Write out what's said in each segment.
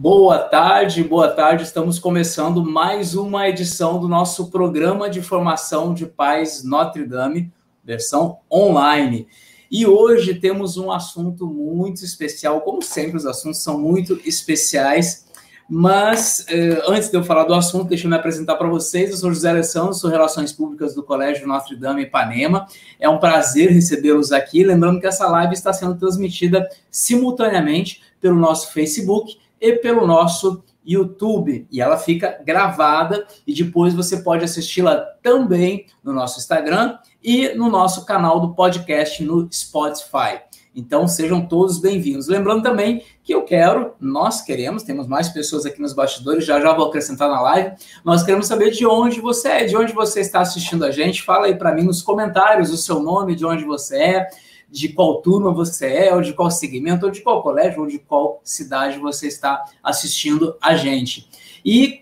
Boa tarde, boa tarde. Estamos começando mais uma edição do nosso programa de formação de pais Notre Dame, versão online. E hoje temos um assunto muito especial, como sempre os assuntos são muito especiais, mas antes de eu falar do assunto, deixa eu me apresentar para vocês. Eu sou José Alessandro, sou Relações Públicas do Colégio Notre Dame Ipanema. É um prazer recebê-los aqui, lembrando que essa live está sendo transmitida simultaneamente pelo nosso Facebook e pelo nosso YouTube, e ela fica gravada e depois você pode assisti-la também no nosso Instagram e no nosso canal do podcast no Spotify. Então sejam todos bem-vindos. Lembrando também que nós queremos, temos mais pessoas aqui nos bastidores, já vou acrescentar na live, nós queremos saber de onde você é, de onde você está assistindo a gente. Fala aí para mim nos comentários o seu nome, de onde você é, de qual turma você é, ou de qual segmento, ou de qual colégio, ou de qual cidade você está assistindo a gente. E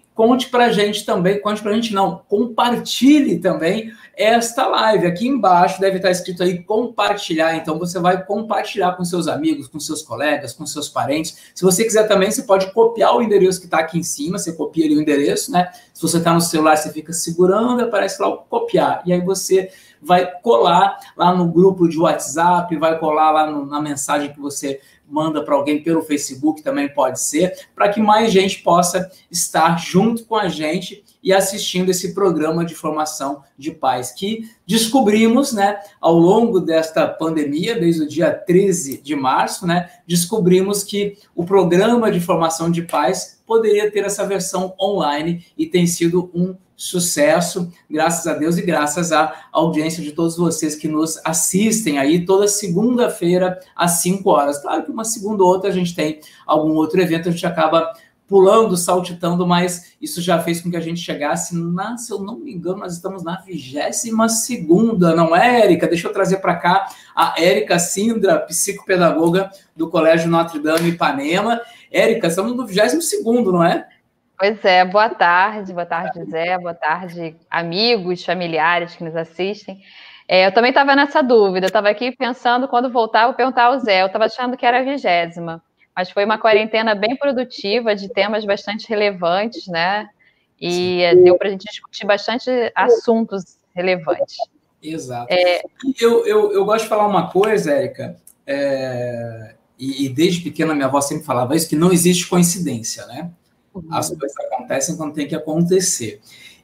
compartilhe também esta live. Aqui embaixo deve estar escrito aí compartilhar, então você vai compartilhar com seus amigos, com seus colegas, com seus parentes. Se você quiser também, você pode copiar o endereço que está aqui em cima, você copia ali o endereço, né? Se você está no celular, você fica segurando, aparece lá o copiar, e aí você vai colar lá no grupo de WhatsApp, vai colar lá na mensagem que você manda para alguém pelo Facebook, também pode ser, para que mais gente possa estar junto com a gente e assistindo esse programa de formação de pais que descobrimos, né, ao longo desta pandemia, desde o dia 13 de março, né, descobrimos que o programa de formação de pais poderia ter essa versão online e tem sido um sucesso, graças a Deus e graças à audiência de todos vocês que nos assistem aí toda segunda-feira às 5 horas. Claro que uma segunda ou outra a gente tem algum outro evento, a gente acaba pulando, saltitando, mas isso já fez com que a gente chegasse se eu não me engano, nós estamos na 22ª, não é, Érica? Deixa eu trazer para cá a Érica Sindra, psicopedagoga do Colégio Notre Dame Ipanema. Érica, estamos no 22º, não é? Pois é, boa tarde, Zé, boa tarde, amigos, familiares que nos assistem. Eu também estava nessa dúvida, eu estava aqui pensando, quando voltar, eu vou perguntar ao Zé, eu estava achando que era a 20ª, mas foi uma quarentena bem produtiva, de temas bastante relevantes, né? E deu para a gente discutir bastante assuntos relevantes. Exato. Eu gosto de falar uma coisa, Érica, e desde pequena minha avó sempre falava isso, que não existe coincidência, né? As coisas acontecem quando tem que acontecer.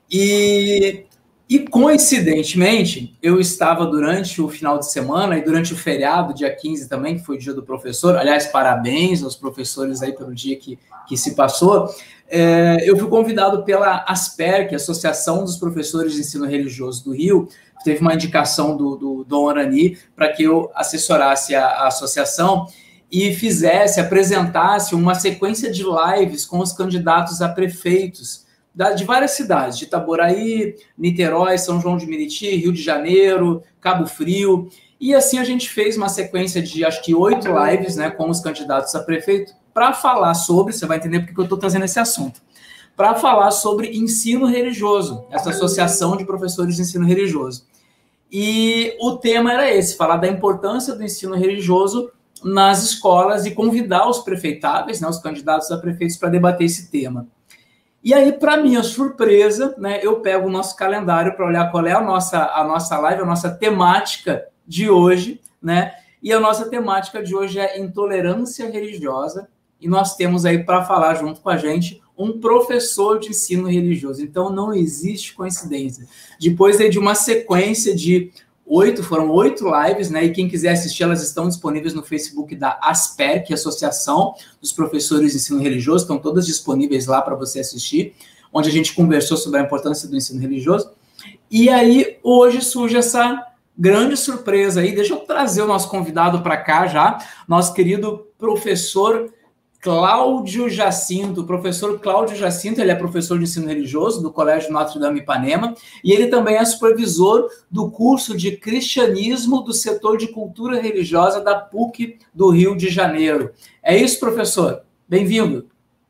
E coincidentemente, eu estava durante o final de semana e durante o feriado, dia 15 também, que foi o dia do professor. Aliás, parabéns aos professores aí pelo dia que se passou. Eu fui convidado pela ASPER, Associação dos Professores de Ensino Religioso do Rio, que teve uma indicação do Dom Arani para que eu assessorasse a associação e apresentasse uma sequência de lives com os candidatos a prefeitos de várias cidades, de Itaboraí, Niterói, São João de Meriti, Rio de Janeiro, Cabo Frio, e assim a gente fez uma sequência de, acho que 8 lives, né, com os candidatos a prefeito, para falar sobre, você vai entender porque eu estou trazendo esse assunto, para falar sobre ensino religioso, essa associação de professores de ensino religioso. E o tema era esse, falar da importância do ensino religioso nas escolas e convidar os prefeitáveis, né, os candidatos a prefeitos, para debater esse tema. E aí, para minha surpresa, né, eu pego o nosso calendário para olhar qual é a nossa live, a nossa temática de hoje, né? E a nossa temática de hoje é intolerância religiosa, e nós temos aí para falar junto com a gente um professor de ensino religioso. Então, não existe coincidência. Depois aí de uma sequência de foram 8 lives, né? E quem quiser assistir, elas estão disponíveis no Facebook da ASPER, Associação dos Professores de Ensino Religioso, estão todas disponíveis lá para você assistir, onde a gente conversou sobre a importância do ensino religioso. E aí, hoje surge essa grande surpresa aí, deixa eu trazer o nosso convidado para cá já, nosso querido professor Cláudio Jacinto. O professor Cláudio Jacinto, ele é professor de ensino religioso do Colégio Notre Dame Ipanema, e ele também é supervisor do curso de cristianismo do setor de cultura religiosa da PUC do Rio de Janeiro. É isso, professor? Bem-vindo.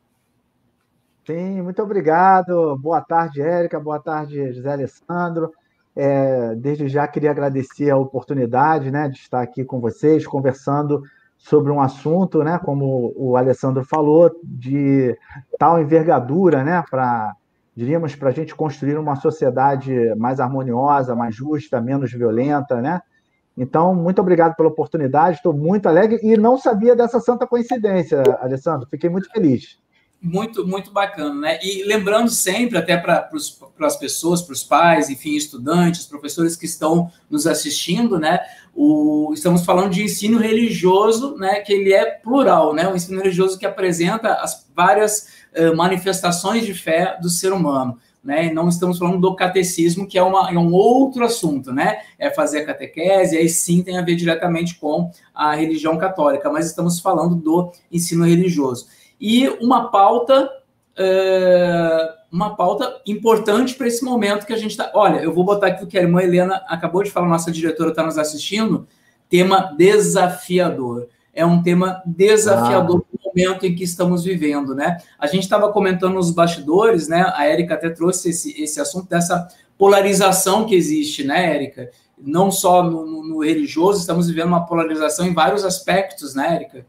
Sim, muito obrigado. Boa tarde, Érica. Boa tarde, José Alessandro. Desde já queria agradecer a oportunidade, né, de estar aqui com vocês, conversando sobre um assunto, né, como o Alessandro falou, de tal envergadura, né, diríamos, para a gente construir uma sociedade mais harmoniosa, mais justa, menos violenta, né? Então, muito obrigado pela oportunidade, estou muito alegre e não sabia dessa santa coincidência, Alessandro, fiquei muito feliz. Muito, muito bacana, né? E lembrando sempre, até para as pessoas, para os pais, enfim, estudantes, professores que estão nos assistindo, né? Estamos falando de ensino religioso, né? Que ele é plural, né? O ensino religioso que apresenta as várias manifestações de fé do ser humano. Né? E não estamos falando do catecismo, que é um outro assunto, né? É fazer a catequese, aí sim tem a ver diretamente com a religião católica, mas estamos falando do ensino religioso. E uma pauta importante para esse momento que a gente está... Olha, eu vou botar aqui o que a irmã Helena acabou de falar, nossa diretora está nos assistindo, tema desafiador. É um tema desafiador no momento em que estamos vivendo, né? A gente estava comentando nos bastidores, né? A Érica até trouxe esse assunto dessa polarização que existe, né, Érica? Não só no religioso, estamos vivendo uma polarização em vários aspectos, né, Érica?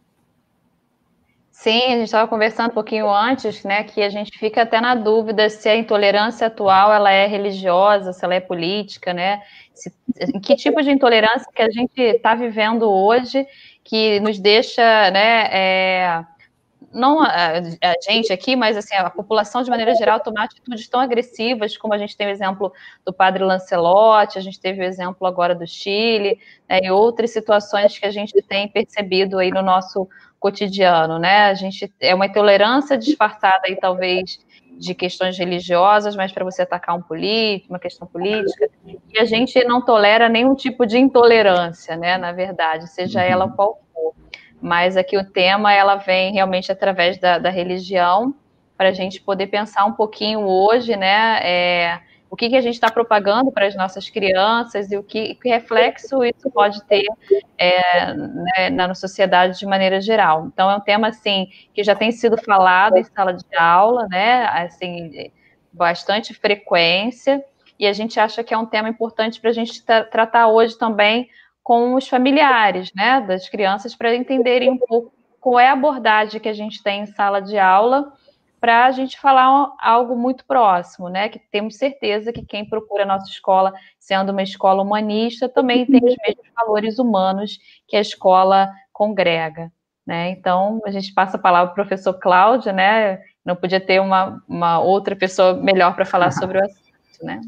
Sim, a gente estava conversando um pouquinho antes, né, que a gente fica até na dúvida se a intolerância atual ela é religiosa, se ela é política, né? Que tipo de intolerância que a gente está vivendo hoje que nos deixa, né, não a gente aqui, mas assim, a população de maneira geral tomar atitudes tão agressivas, como a gente tem o exemplo do padre Lancelotti, a gente teve o exemplo agora do Chile, né, e outras situações que a gente tem percebido aí no nosso cotidiano, né? A gente é uma intolerância disfarçada aí talvez de questões religiosas, mas para você atacar uma questão política, e a gente não tolera nenhum tipo de intolerância, né? Na verdade, seja ela qual for. Mas aqui o tema, ela vem realmente através da religião, para a gente poder pensar um pouquinho hoje, né, o que a gente está propagando para as nossas crianças e que reflexo isso pode ter né, na sociedade de maneira geral. Então, é um tema, assim, que já tem sido falado em sala de aula, né, assim, bastante frequência, e a gente acha que é um tema importante para a gente tratar hoje também com os familiares, né, das crianças, para entenderem um pouco qual é a abordagem que a gente tem em sala de aula, para a gente falar algo muito próximo, né, que temos certeza que quem procura a nossa escola, sendo uma escola humanista, também tem os mesmos valores humanos que a escola congrega, né. Então, a gente passa a palavra para o professor Cláudio, né, não podia ter uma outra pessoa melhor para falar sobre o assunto, né.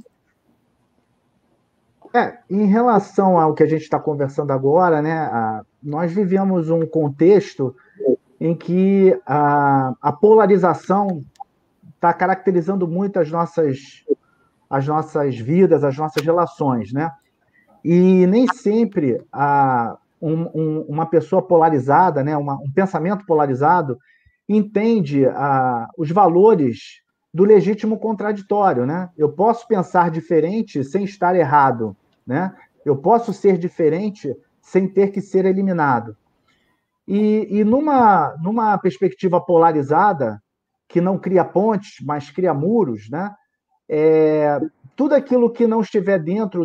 Em relação ao que a gente está conversando agora, né, nós vivemos um contexto em que a polarização está caracterizando muito as nossas vidas, as nossas relações, né? E nem sempre uma pessoa polarizada, né, um pensamento polarizado, entende os valores do legítimo contraditório, né? Eu posso pensar diferente sem estar errado, né? Eu posso ser diferente sem ter que ser eliminado. E numa perspectiva polarizada, que não cria pontes, mas cria muros, né? Tudo aquilo que não estiver dentro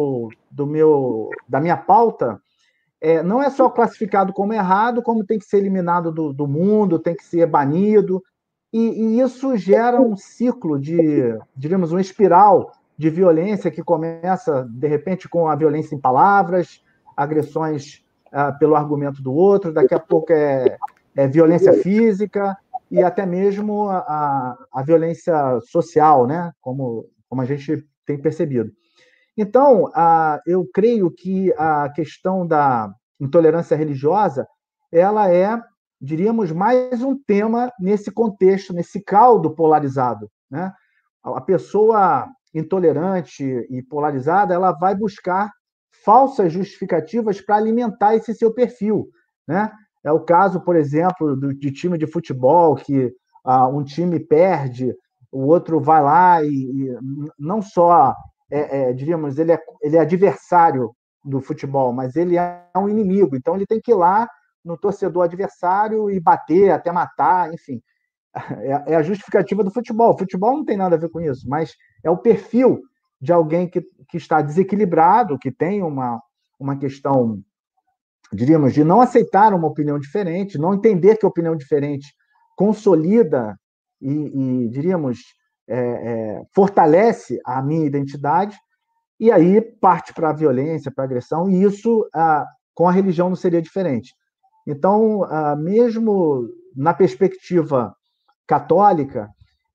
da minha pauta não é só classificado como errado, como tem que ser eliminado do mundo, tem que ser banido. E isso gera um ciclo diríamos, uma espiral de violência que começa, de repente, com a violência em palavras, agressões pelo argumento do outro, daqui a pouco é violência física e até mesmo a violência social, né? Como a gente tem percebido. Então, eu creio que a questão da intolerância religiosa, ela diríamos, mais um tema nesse contexto, nesse caldo polarizado, né? A pessoa intolerante e polarizada, ela vai buscar falsas justificativas para alimentar esse seu perfil, né? É o caso, por exemplo, de time de futebol, que um time perde, o outro vai lá e não só, diríamos, ele é adversário do futebol, mas ele é um inimigo, então ele tem que ir lá no torcedor adversário e bater até matar, enfim. É a justificativa do futebol. O futebol não tem nada a ver com isso, mas é o perfil de alguém que está desequilibrado, que tem uma questão diríamos, de não aceitar uma opinião diferente, não entender que a opinião diferente consolida diríamos, fortalece a minha identidade, e aí parte para a violência, para a agressão, e isso com a religião não seria diferente. Então, mesmo na perspectiva católica,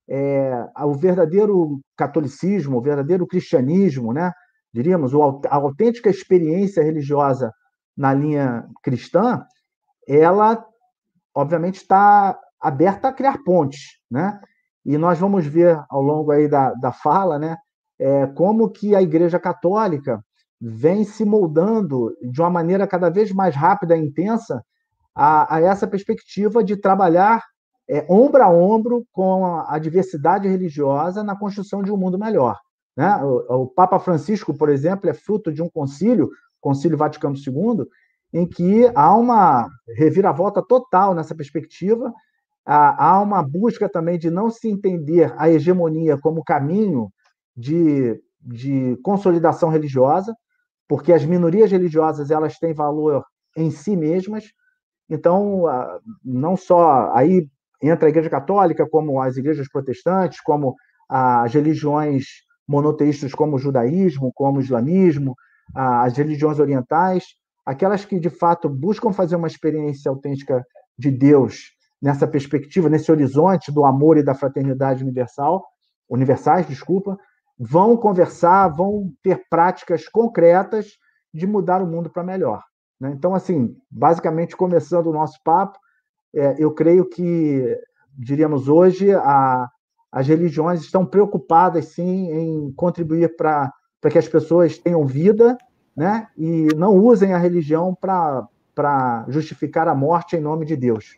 o verdadeiro catolicismo, o verdadeiro cristianismo, né, diríamos, a autêntica experiência religiosa na linha cristã, ela, obviamente, está aberta a criar pontes, né? E nós vamos ver ao longo aí da fala, né, como que a Igreja Católica vem se moldando de uma maneira cada vez mais rápida e intensa a essa perspectiva de trabalhar ombro a ombro com a diversidade religiosa na construção de um mundo melhor, né? O Papa Francisco, por exemplo, é fruto de um concílio, Concílio Vaticano II, em que há uma reviravolta total nessa perspectiva, há uma busca também de não se entender a hegemonia como caminho de consolidação religiosa, porque as minorias religiosas elas têm valor em si mesmas. Então, não só aí entra a Igreja Católica, como as igrejas protestantes, como as religiões monoteístas, como o judaísmo, como o islamismo, as religiões orientais, aquelas que de fato buscam fazer uma experiência autêntica de Deus nessa perspectiva, nesse horizonte do amor e da fraternidade universais, vão conversar, vão ter práticas concretas de mudar o mundo para melhor, né? Então, assim, basicamente, começando o nosso papo, eu creio que, diríamos hoje, as religiões estão preocupadas, sim, em contribuir para que as pessoas tenham vida, né? E não usem a religião para justificar a morte em nome de Deus.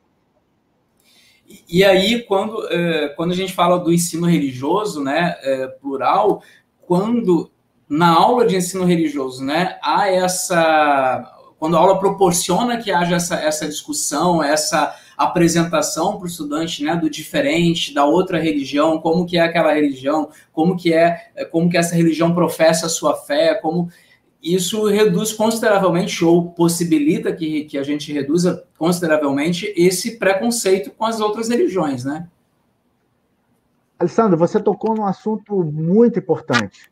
E aí, quando a gente fala do ensino religioso, né, plural, quando na aula de ensino religioso, né, quando a aula proporciona que haja essa discussão, essa apresentação para o estudante, né, do diferente, da outra religião, como que é aquela religião, como que essa religião professa a sua fé, como isso reduz consideravelmente ou possibilita que a gente reduza consideravelmente esse preconceito com as outras religiões, né? Alessandro, você tocou num assunto muito importante.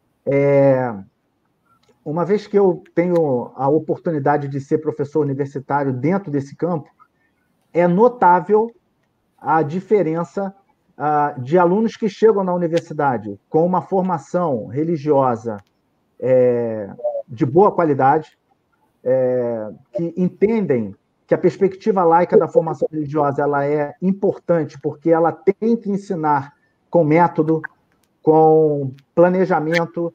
Uma vez que eu tenho a oportunidade de ser professor universitário dentro desse campo, é notável a diferença de alunos que chegam na universidade com uma formação religiosa de boa qualidade, que entendem que a perspectiva laica da formação religiosa ela é importante porque ela tem que ensinar com método, com planejamento,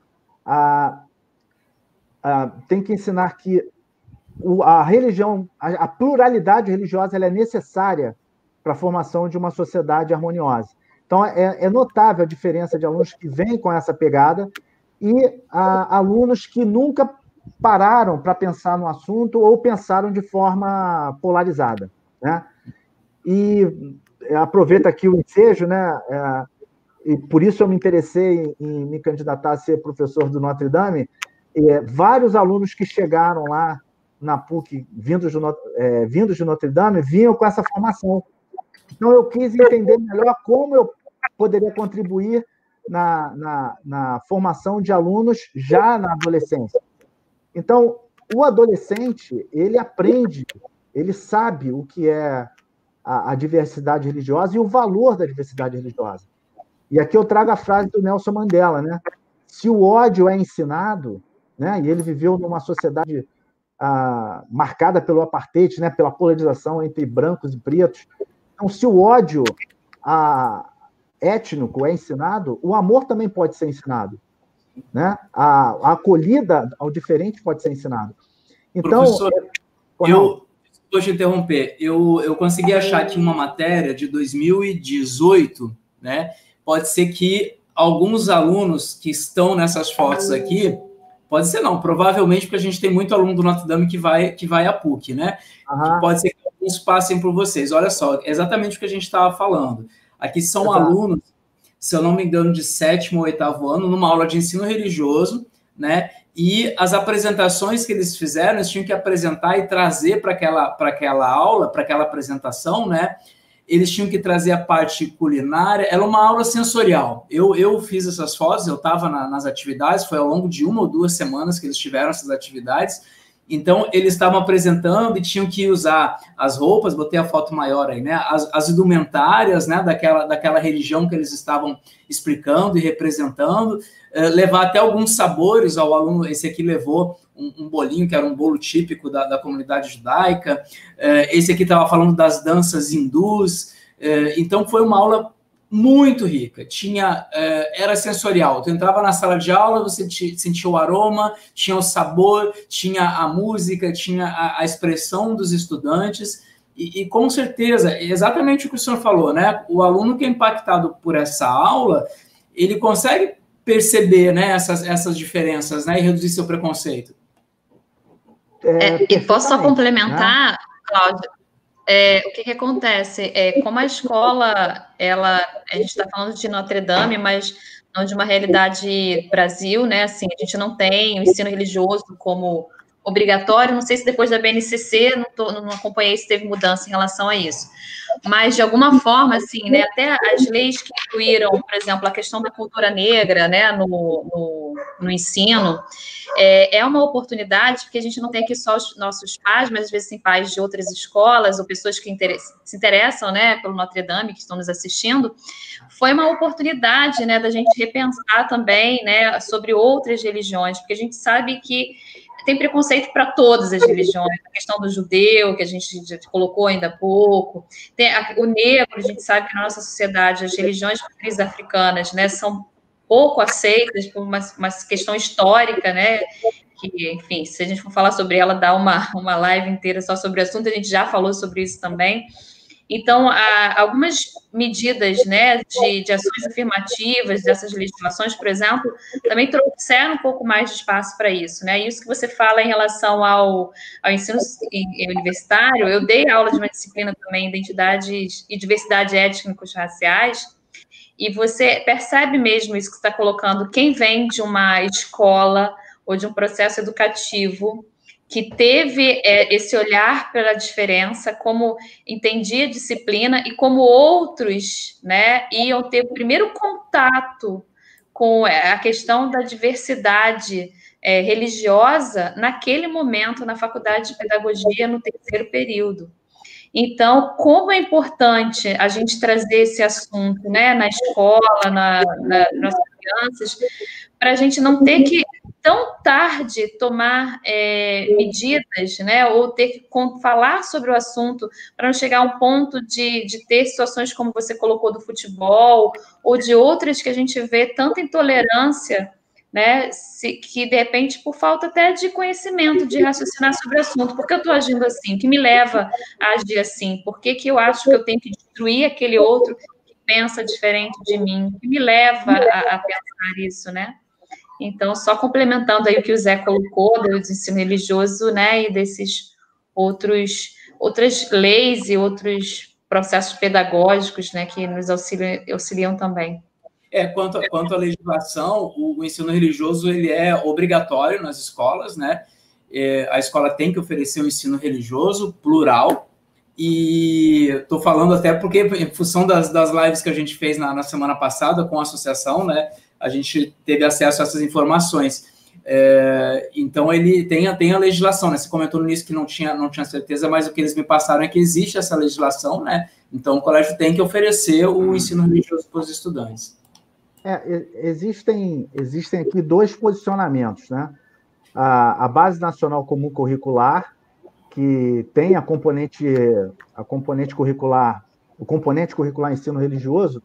tem que ensinar que a religião, a pluralidade religiosa ela é necessária para a formação de uma sociedade harmoniosa. Então, é notável a diferença de alunos que vêm com essa pegada e alunos que nunca pararam para pensar no assunto ou pensaram de forma polarizada, né? E aproveito aqui o ensejo, né? E por isso eu me interessei em me candidatar a ser professor do Notre Dame. Vários alunos que chegaram lá na PUC, vindos de Notre Dame, vinham com essa formação. Então, eu quis entender melhor como eu poderia contribuir na formação de alunos já na adolescência. Então, o adolescente, ele aprende, ele sabe o que é a diversidade religiosa e o valor da diversidade religiosa. E aqui eu trago a frase do Nelson Mandela, né? Se o ódio é ensinado, né? E ele viveu numa sociedade marcada pelo apartheid, né? Pela polarização entre brancos e pretos. Então, se o ódio étnico é ensinado, o amor também pode ser ensinado, né? A acolhida ao diferente pode ser ensinado. Então, professor, vou te interromper. Eu consegui achar aqui uma matéria de 2018, né? Pode ser que alguns alunos que estão nessas fotos aqui, pode ser não, provavelmente porque a gente tem muito aluno do Notre Dame que vai à PUC, né? Que pode ser que alguns passem por vocês. Olha só, exatamente o que a gente estava falando. Aqui são alunos, se eu não me engano, de 7º ou 8º ano, numa aula de ensino religioso, né? E as apresentações que eles fizeram, eles tinham que apresentar e trazer para aquela aula, para aquela apresentação, né? Eles tinham que trazer a parte culinária, era uma aula sensorial. Eu fiz essas fotos, eu estava nas atividades, foi ao longo de 1 ou 2 semanas que eles tiveram essas atividades. Então, eles estavam apresentando e tinham que usar as roupas, botei a foto maior aí, né? As indumentárias, né? Daquela religião que eles estavam explicando e representando, levar até alguns sabores ao aluno. Esse aqui levou um bolinho, que era um bolo típico da comunidade judaica. Esse aqui estava falando das danças hindus. Então, foi uma aula muito rica, era sensorial. Tu entrava na sala de aula, você sentia o aroma, tinha o sabor, tinha a música, tinha a expressão dos estudantes, e com certeza, exatamente o que o senhor falou, né? O aluno que é impactado por essa aula, ele consegue perceber, né, essas diferenças, né, e reduzir seu preconceito. E posso só complementar, né, Cláudia? O que acontece? Como a escola, a gente está falando de Notre Dame, mas não de uma realidade Brasil, né? Assim, a gente não tem o ensino religioso como obrigatório. Não sei se depois da BNCC, não acompanhei se teve mudança em relação a isso. Mas, de alguma forma, assim, né, até as leis que incluíram, por exemplo, a questão da cultura negra, né, no ensino, é uma oportunidade, porque a gente não tem aqui só os nossos pais, mas às vezes tem pais de outras escolas ou pessoas que se interessam, né, pelo Notre Dame, que estão nos assistindo. Foi uma oportunidade, né, da gente repensar também, né, sobre outras religiões, porque a gente sabe que tem preconceito para todas as religiões, a questão do judeu, que a gente já colocou ainda há pouco, o negro, a gente sabe que na nossa sociedade as religiões de matrizes africanas, né, são pouco aceitas por uma questão histórica, né, que, enfim, se a gente for falar sobre ela, dá uma live inteira só sobre o assunto, a gente já falou sobre isso também. Então, algumas medidas, né, de ações afirmativas dessas legislações, por exemplo, também trouxeram um pouco mais de espaço para isso, né? Isso que você fala em relação ao ensino universitário, eu dei aula de uma disciplina também, identidades e diversidade étnico-raciais, e você percebe mesmo isso que você está colocando, quem vem de uma escola ou de um processo educativo que teve esse olhar pela diferença, como entendia a disciplina e como outros, né, iam ter o primeiro contato com a questão da diversidade religiosa naquele momento na faculdade de pedagogia no 3º período. Então, como é importante a gente trazer esse assunto, né, na escola, nas crianças, para a gente não ter que tão tarde tomar medidas, né, ou ter que falar sobre o assunto, para não chegar a um ponto de ter situações como você colocou do futebol, ou de outras que a gente vê tanta intolerância, né, que de repente por falta até de conhecimento, de raciocinar sobre o assunto. Por que eu estou agindo assim? O que me leva a agir assim? Por que eu acho que eu tenho que destruir aquele outro que pensa diferente de mim? O que me leva a pensar isso, né? Então, só complementando aí o que o Zé colocou do ensino religioso, né, e desses outras leis e outros processos pedagógicos, né, que nos auxiliam também. Quanto à legislação, o ensino religioso ele é obrigatório nas escolas, né? A escola tem que oferecer um ensino religioso plural, e estou falando até porque, em função das lives que a gente fez na semana passada com a associação, né, a gente teve acesso a essas informações. Então, ele tem a legislação, né? Você comentou no início que não tinha certeza, mas o que eles me passaram é que existe essa legislação, né? Então, o colégio tem que oferecer o ensino religioso para os estudantes. Existem aqui 2 posicionamentos, né? A Base Nacional Comum Curricular, que tem a componente curricular, o componente curricular ensino religioso,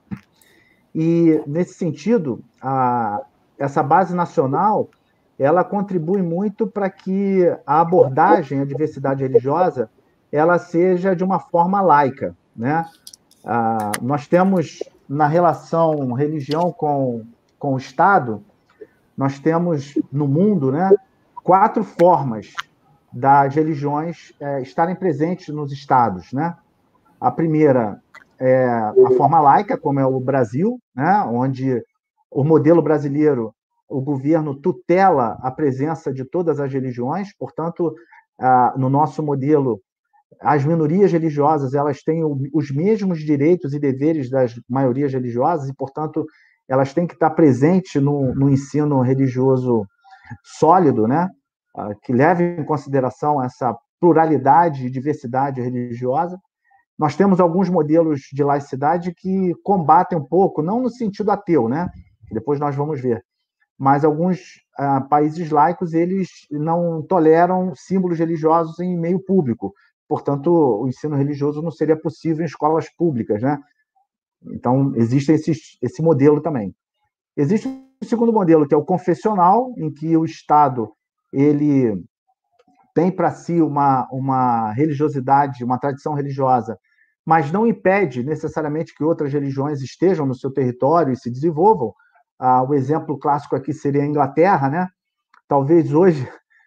e, nesse sentido, essa base nacional, ela contribui muito para que a abordagem à diversidade religiosa ela seja de uma forma laica, né? Nós temos, na relação religião com o Estado, nós temos no mundo, né, 4 formas das religiões estarem presentes nos estados, né? A primeira é a forma laica, como é o Brasil, né, onde o modelo brasileiro o governo tutela a presença de todas as religiões, portanto, no nosso modelo, as minorias religiosas elas têm os mesmos direitos e deveres das maiorias religiosas e, portanto, elas têm que estar presentes no ensino religioso sólido, né? Que leve em consideração essa pluralidade e diversidade religiosa. Nós temos alguns modelos de laicidade que combatem um pouco, não no sentido ateu, né? Depois nós vamos ver, mas alguns países laicos eles não toleram símbolos religiosos em meio público. Portanto, o ensino religioso não seria possível em escolas públicas, né? Então, existe esse modelo também. Existe o segundo modelo, que é o confessional, em que o Estado ele tem para si uma religiosidade, uma tradição religiosa, mas não impede necessariamente que outras religiões estejam no seu território e se desenvolvam. O exemplo clássico aqui seria a Inglaterra, né? Talvez hoje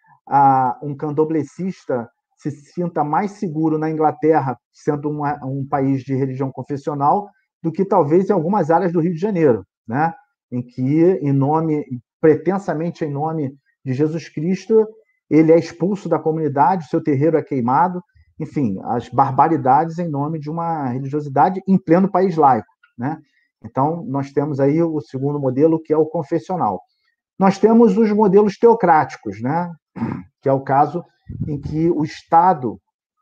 um candomblessista se sinta mais seguro na Inglaterra, sendo um país de religião confessional, do que talvez em algumas áreas do Rio de Janeiro, né? Em que, pretensamente em nome de Jesus Cristo, ele é expulso da comunidade, o seu terreiro é queimado, enfim, as barbaridades em nome de uma religiosidade em pleno país laico, né? Então, nós temos aí o segundo modelo, que é o confessional. Nós temos os modelos teocráticos, né? Que é o caso em que o Estado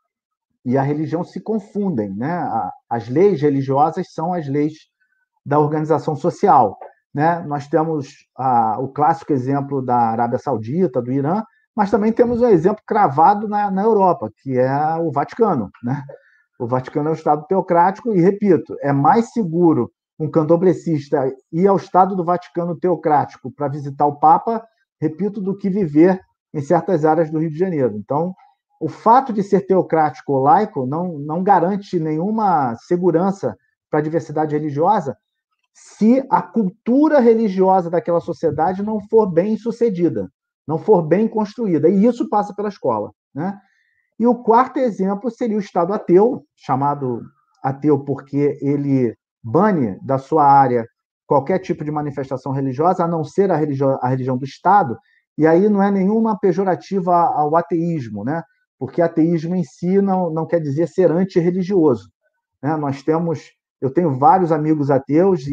e a religião se confundem, né? As leis religiosas são as leis da organização social, né? Nós temos o clássico exemplo da Arábia Saudita, do Irã, mas também temos um exemplo cravado na Europa, que é o Vaticano, né? O Vaticano é um Estado teocrático e, repito, é mais seguro um candomblessista ir ao Estado do Vaticano teocrático para visitar o Papa, repito, do que viver em certas áreas do Rio de Janeiro. Então, o fato de ser teocrático ou laico não garante nenhuma segurança para a diversidade religiosa se a cultura religiosa daquela sociedade não for bem sucedida, não for bem construída. E isso passa pela escola, né? E o quarto exemplo seria o Estado ateu, chamado ateu porque ele bane da sua área qualquer tipo de manifestação religiosa, a não ser a religião do Estado, e aí não é nenhuma pejorativa ao ateísmo, né? Porque ateísmo em si não quer dizer ser antirreligioso, né? Eu tenho vários amigos ateus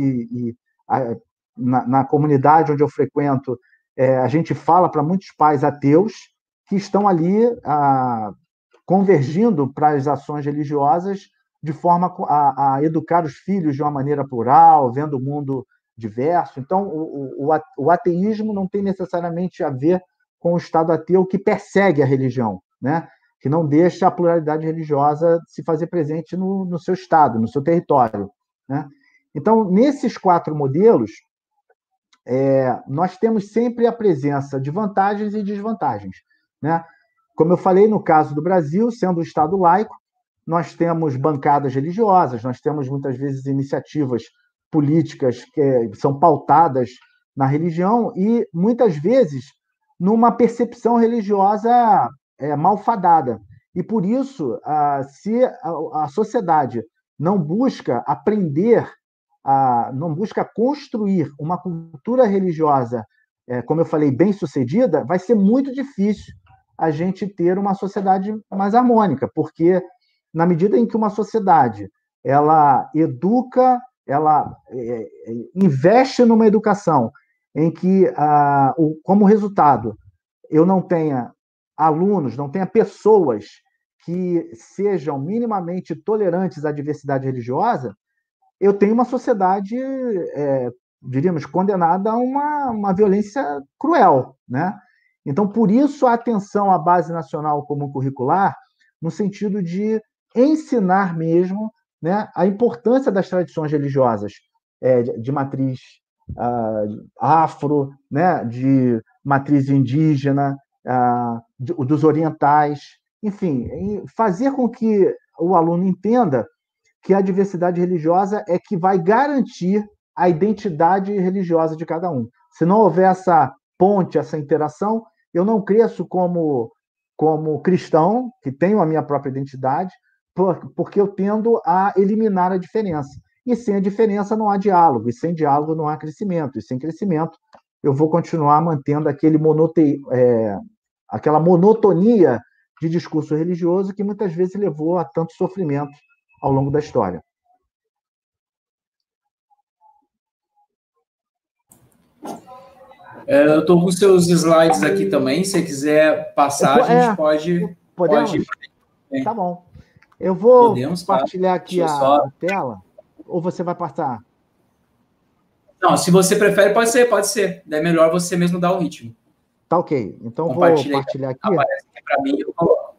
na comunidade onde eu frequento, a gente fala para muitos pais ateus que estão ali convergindo para as ações religiosas de forma a educar os filhos de uma maneira plural, vendo o mundo diverso. Então, o ateísmo não tem necessariamente a ver com o Estado ateu que persegue a religião, né? Que não deixa a pluralidade religiosa se fazer presente no seu Estado, no seu território, né? Então, nesses 4 modelos, nós temos sempre a presença de vantagens e desvantagens, né? Como eu falei, no caso do Brasil, sendo um Estado laico, nós temos bancadas religiosas, nós temos muitas vezes iniciativas políticas que são pautadas na religião e, muitas vezes, numa percepção religiosa malfadada. E, por isso, se a sociedade não busca aprender, não busca construir uma cultura religiosa, como eu falei, bem-sucedida, vai ser muito difícil a gente ter uma sociedade mais harmônica, porque na medida em que uma sociedade ela educa, ela investe numa educação em que, como resultado, eu não tenha alunos, não tenha pessoas que sejam minimamente tolerantes à diversidade religiosa, eu tenho uma sociedade, diríamos, condenada a uma violência cruel, né? Então, por isso, a atenção à Base Nacional Comum Curricular, no sentido de ensinar mesmo, né, a importância das tradições religiosas de matriz afro, né, de matriz indígena, dos orientais, enfim, fazer com que o aluno entenda que a diversidade religiosa é que vai garantir a identidade religiosa de cada um. Se não houver essa ponte, essa interação, eu não cresço como cristão, que tenho a minha própria identidade, porque eu tendo a eliminar a diferença. E sem a diferença não há diálogo, e sem diálogo não há crescimento, e sem crescimento eu vou continuar mantendo aquela monotonia de discurso religioso que muitas vezes levou a tanto sofrimento ao longo da história. Eu estou com seus slides aqui também. Se você quiser passar, a gente pode... Podemos? Tá bom. Eu vou compartilhar aqui a tela, ou você vai passar? Não, se você prefere, pode ser. É melhor você mesmo dar o ritmo. Tá ok. Então, vou compartilhar aqui. Aparece aqui para mim, eu coloco.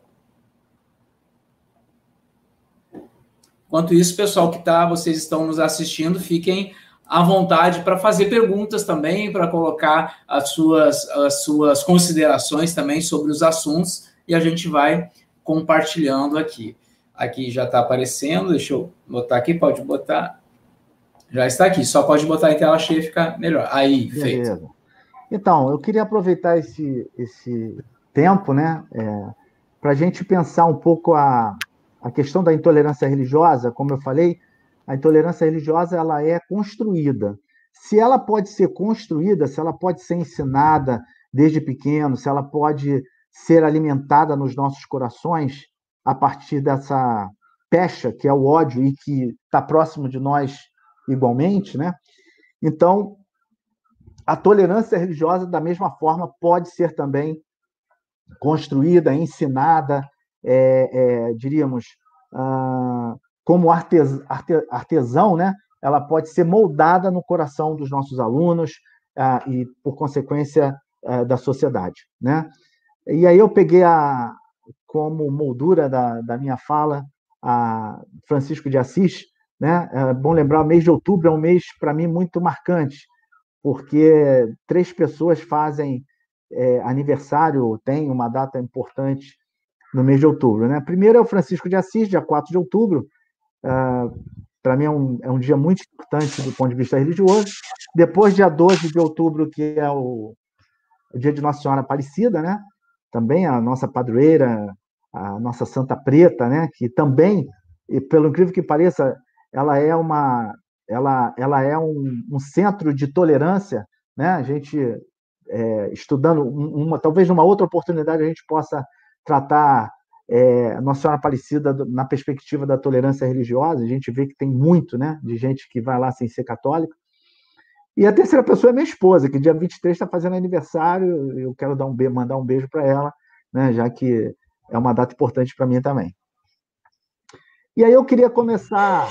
Enquanto isso, pessoal vocês estão nos assistindo, fiquem à vontade para fazer perguntas também, para colocar as suas considerações também sobre os assuntos, e a gente vai compartilhando aqui. Aqui já está aparecendo, deixa eu botar aqui, pode botar. Já está aqui, só pode botar em tela cheia, fica melhor. Aí, beleza. Feito. Então, eu queria aproveitar esse tempo, né, para a gente pensar um pouco a questão da intolerância religiosa. Como eu falei, a intolerância religiosa ela é construída. Se ela pode ser construída, se ela pode ser ensinada desde pequeno, se ela pode ser alimentada nos nossos corações a partir dessa pecha que é o ódio e que está próximo de nós igualmente, né? Então, a tolerância religiosa, da mesma forma, pode ser também construída, ensinada, diríamos, como artesão, né? Ela pode ser moldada no coração dos nossos alunos e, por consequência, da sociedade, né? E aí eu peguei como moldura da minha fala a Francisco de Assis, né? É bom lembrar, o mês de outubro é um mês, para mim, muito marcante, porque 3 pessoas fazem aniversário, tem uma data importante no mês de outubro, né? Primeiro é o Francisco de Assis, dia 4 de outubro. Para mim é um dia muito importante do ponto de vista religioso. Depois, dia 12 de outubro, que é o dia de Nossa Senhora Aparecida, né? Também a nossa padroeira, a nossa Santa Preta, né? Que também, e pelo incrível que pareça, ela é um centro de tolerância, né? A gente, estudando, talvez numa outra oportunidade a gente possa tratar Nossa Senhora Aparecida na perspectiva da tolerância religiosa. A gente vê que tem muito, né, de gente que vai lá sem ser católica. E a terceira pessoa é minha esposa, que dia 23 está fazendo aniversário. Eu quero mandar um beijo para ela, né, já que é uma data importante para mim também. E aí eu queria começar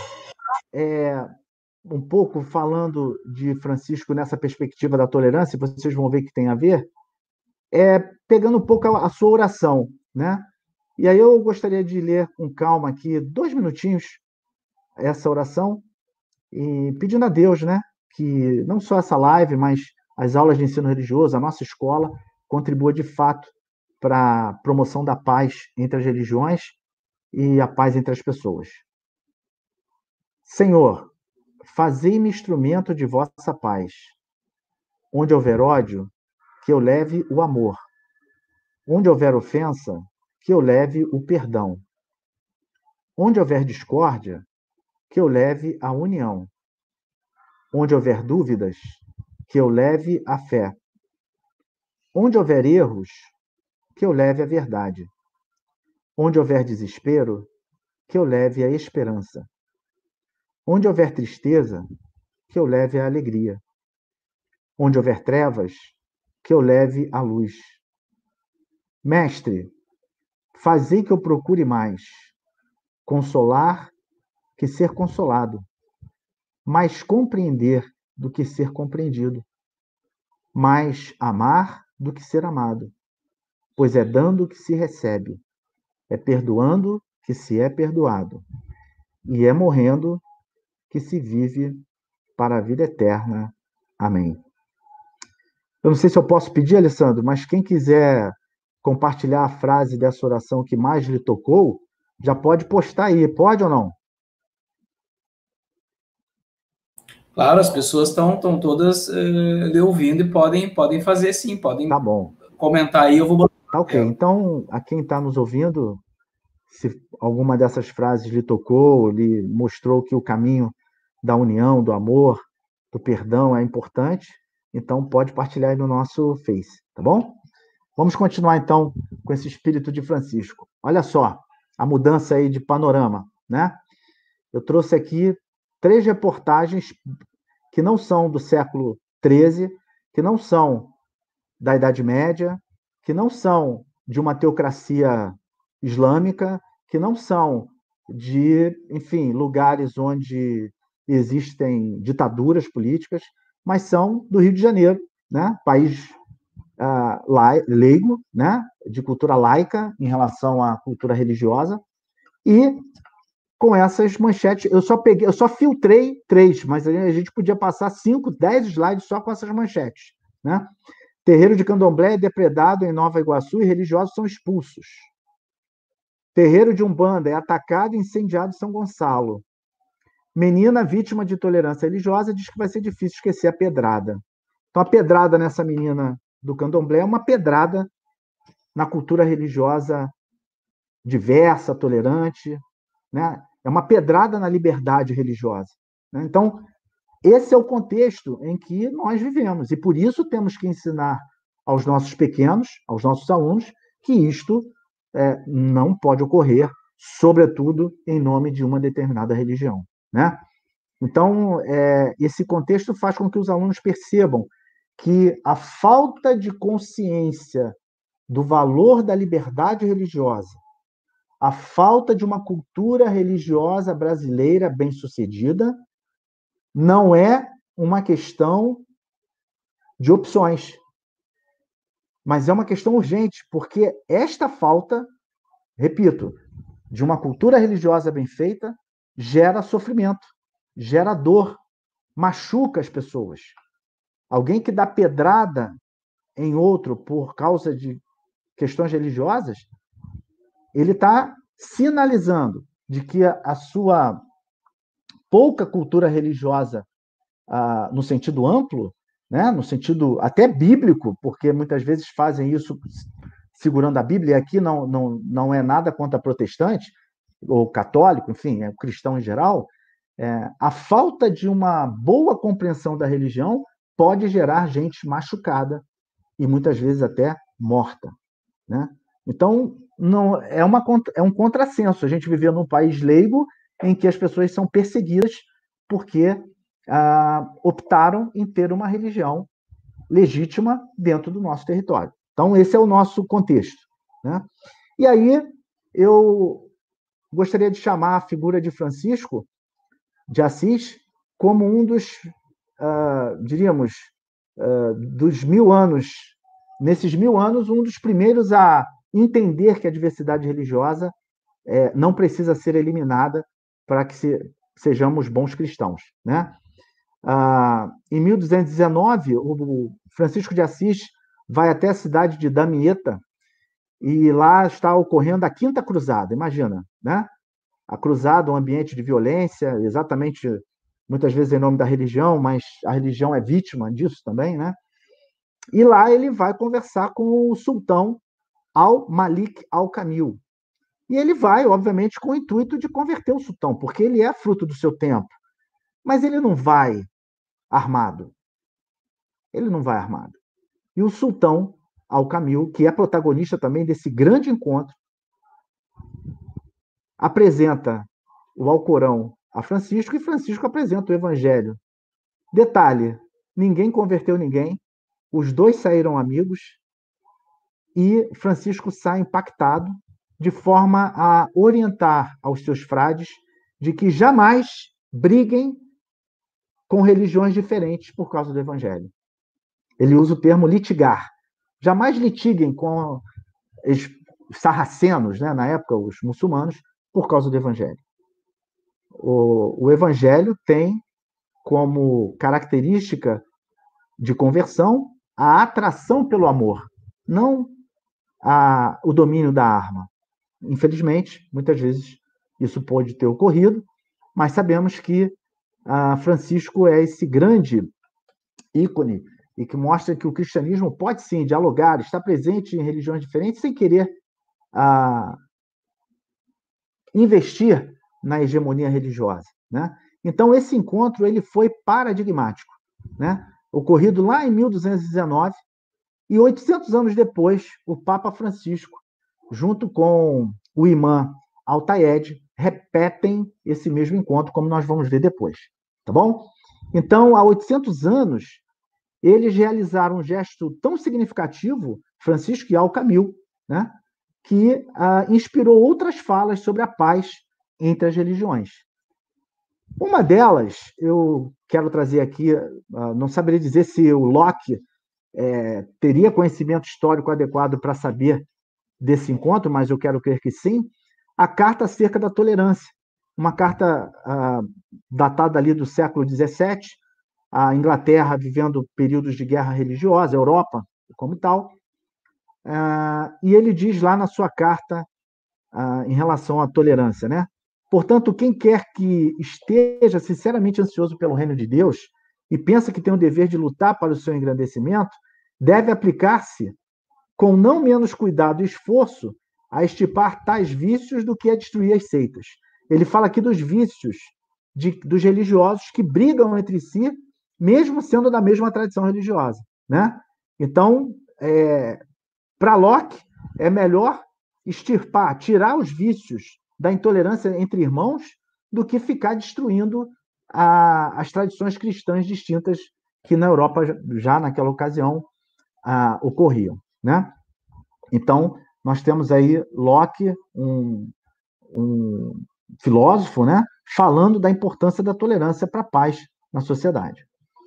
um pouco falando de Francisco nessa perspectiva da tolerância, vocês vão ver que tem a ver, pegando um pouco a sua oração, né? E aí eu gostaria de ler com calma aqui, 2 minutinhos, essa oração, e pedindo a Deus, né, que não só essa live, mas as aulas de ensino religioso, a nossa escola, contribua de fato para a promoção da paz entre as religiões e a paz entre as pessoas. Senhor, fazei-me instrumento de vossa paz. Onde houver ódio, que eu leve o amor. Onde houver ofensa, que eu leve o perdão. Onde houver discórdia, que eu leve a união. Onde houver dúvidas, que eu leve a fé. Onde houver erros, que eu leve a verdade. Onde houver desespero, que eu leve a esperança. Onde houver tristeza, que eu leve a alegria. Onde houver trevas, que eu leve a luz. Mestre, fazei que eu procure mais consolar que ser consolado, mais compreender do que ser compreendido, mais amar do que ser amado, pois é dando que se recebe, é perdoando que se é perdoado, e é morrendo que se vive para a vida eterna. Amém. Eu não sei se eu posso pedir, Alessandro, mas quem quiser compartilhar a frase dessa oração que mais lhe tocou, já pode postar aí, pode ou não? Claro, as pessoas estão todas lhe ouvindo e podem fazer sim, podem tá bom. Comentar aí, eu vou botar. Tá ok, então, a quem está nos ouvindo, se alguma dessas frases lhe tocou, lhe mostrou que o caminho da união, do amor, do perdão é importante, Então, pode partilhar aí no nosso Face, tá bom? Vamos continuar, então, com esse espírito de Francisco. Olha só a mudança aí de panorama, né? Eu trouxe aqui 3 reportagens que não são do século XIII, que não são da Idade Média, que não são de uma teocracia islâmica, que não são de, enfim, lugares onde existem ditaduras políticas, mas são do Rio de Janeiro, né? País leigo, né? De cultura laica em relação à cultura religiosa, e com essas manchetes, eu só filtrei 3, mas a gente podia passar 5, 10 slides só com essas manchetes, né? Terreiro de Candomblé é depredado em Nova Iguaçu e religiosos são expulsos. Terreiro de Umbanda é atacado e incendiado em São Gonçalo. Menina vítima de intolerância religiosa diz que vai ser difícil esquecer a pedrada. Então, a pedrada nessa menina do Candomblé é uma pedrada na cultura religiosa diversa, tolerante, né? É uma pedrada na liberdade religiosa, né? Então, esse é o contexto em que nós vivemos, e por isso temos que ensinar aos nossos pequenos, aos nossos alunos, que isto não pode ocorrer, sobretudo em nome de uma determinada religião, né? Então, esse contexto faz com que os alunos percebam que a falta de consciência do valor da liberdade religiosa, a falta de uma cultura religiosa brasileira bem-sucedida, não é uma questão de opções, mas é uma questão urgente, porque esta falta, repito, de uma cultura religiosa bem feita, gera sofrimento, gera dor, machuca as pessoas. Alguém que dá pedrada em outro por causa de questões religiosas, ele está sinalizando de que a sua pouca cultura religiosa, no sentido amplo, né, no sentido até bíblico, porque muitas vezes fazem isso segurando a Bíblia, e aqui não é nada contra protestante, ou católico, enfim, é cristão em geral, a falta de uma boa compreensão da religião pode gerar gente machucada e muitas vezes até morta, né? Então, não é um contrassenso a gente viver num país leigo em que as pessoas são perseguidas porque optaram em ter uma religião legítima dentro do nosso território. Então, esse é o nosso contexto, né? E aí, eu gostaria de chamar a figura de Francisco de Assis como um dos, diríamos, dos 1000 anos, nesses 1000 anos, um dos primeiros a entender que a diversidade religiosa não precisa ser eliminada para que sejamos bons cristãos, né? Em 1219, o Francisco de Assis vai até a cidade de Damieta e lá está ocorrendo a Quinta Cruzada, imagina, né? A cruzada, um ambiente de violência, exatamente, muitas vezes em nome da religião, mas a religião é vítima disso também, né? E lá ele vai conversar com o sultão Al-Malik Al-Kamil. E ele vai, obviamente, com o intuito de converter o sultão, porque ele é fruto do seu tempo. Mas ele não vai armado. Ele não vai armado. E o sultão Al-Kamil, que é protagonista também desse grande encontro, apresenta o Alcorão a Francisco e Francisco apresenta o Evangelho. Detalhe, ninguém converteu ninguém, os dois saíram amigos e Francisco sai impactado de forma a orientar aos seus frades de que jamais briguem com religiões diferentes por causa do Evangelho. Ele usa o termo litigar. Jamais litiguem com os sarracenos, né, na época, os muçulmanos, por causa do Evangelho. O Evangelho tem como característica de conversão a atração pelo amor, não o domínio da arma. Infelizmente, muitas vezes isso pode ter ocorrido, mas sabemos que Francisco é esse grande ícone e que mostra que o cristianismo pode sim dialogar, estar presente em religiões diferentes sem querer investir na hegemonia religiosa, né? Então esse encontro ele foi paradigmático, né? ocorrido lá em 1219, e 800 anos depois, o Papa Francisco, junto com o imã Al-Tayed, repetem esse mesmo encontro, como nós vamos ver depois. Tá bom? Então, há 800 anos, eles realizaram um gesto tão significativo, Francisco e Al-Kamil, né, que inspirou outras falas sobre a paz entre as religiões. Uma delas, eu quero trazer aqui, não saberia dizer se o Locke teria conhecimento histórico adequado para saber desse encontro, mas eu quero crer que sim, a Carta acerca da Tolerância, uma carta datada ali do século XVII, a Inglaterra vivendo períodos de guerra religiosa, a Europa como tal, e ele diz lá na sua carta em relação à tolerância, né? Portanto, quem quer que esteja sinceramente ansioso pelo reino de Deus e pensa que tem o dever de lutar para o seu engrandecimento, deve aplicar-se com não menos cuidado e esforço a extirpar tais vícios do que a destruir as seitas. Ele fala aqui dos vícios dos religiosos que brigam entre si, mesmo sendo da mesma tradição religiosa, né? Então, para Locke, é melhor extirpar, tirar os vícios da intolerância entre irmãos do que ficar destruindo as tradições cristãs distintas que na Europa já naquela ocasião ocorriam, né? Então, nós temos aí Locke, um filósofo, né, falando da importância da tolerância para a paz na sociedade.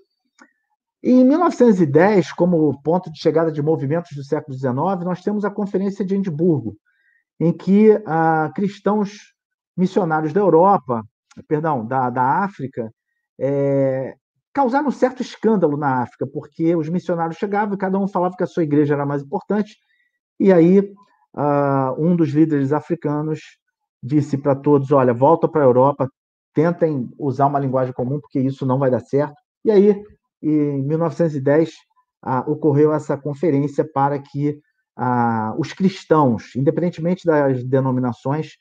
E em 1910, como ponto de chegada de movimentos do século XIX, nós temos a Conferência de Edimburgo, em que cristãos missionários da Europa, da África, causaram um certo escândalo na África, porque os missionários chegavam e cada um falava que a sua igreja era mais importante, e aí um dos líderes africanos disse para todos, olha, volta para a Europa, tentem usar uma linguagem comum, porque isso não vai dar certo. E aí, em 1910, ocorreu essa conferência para que os cristãos, independentemente das denominações,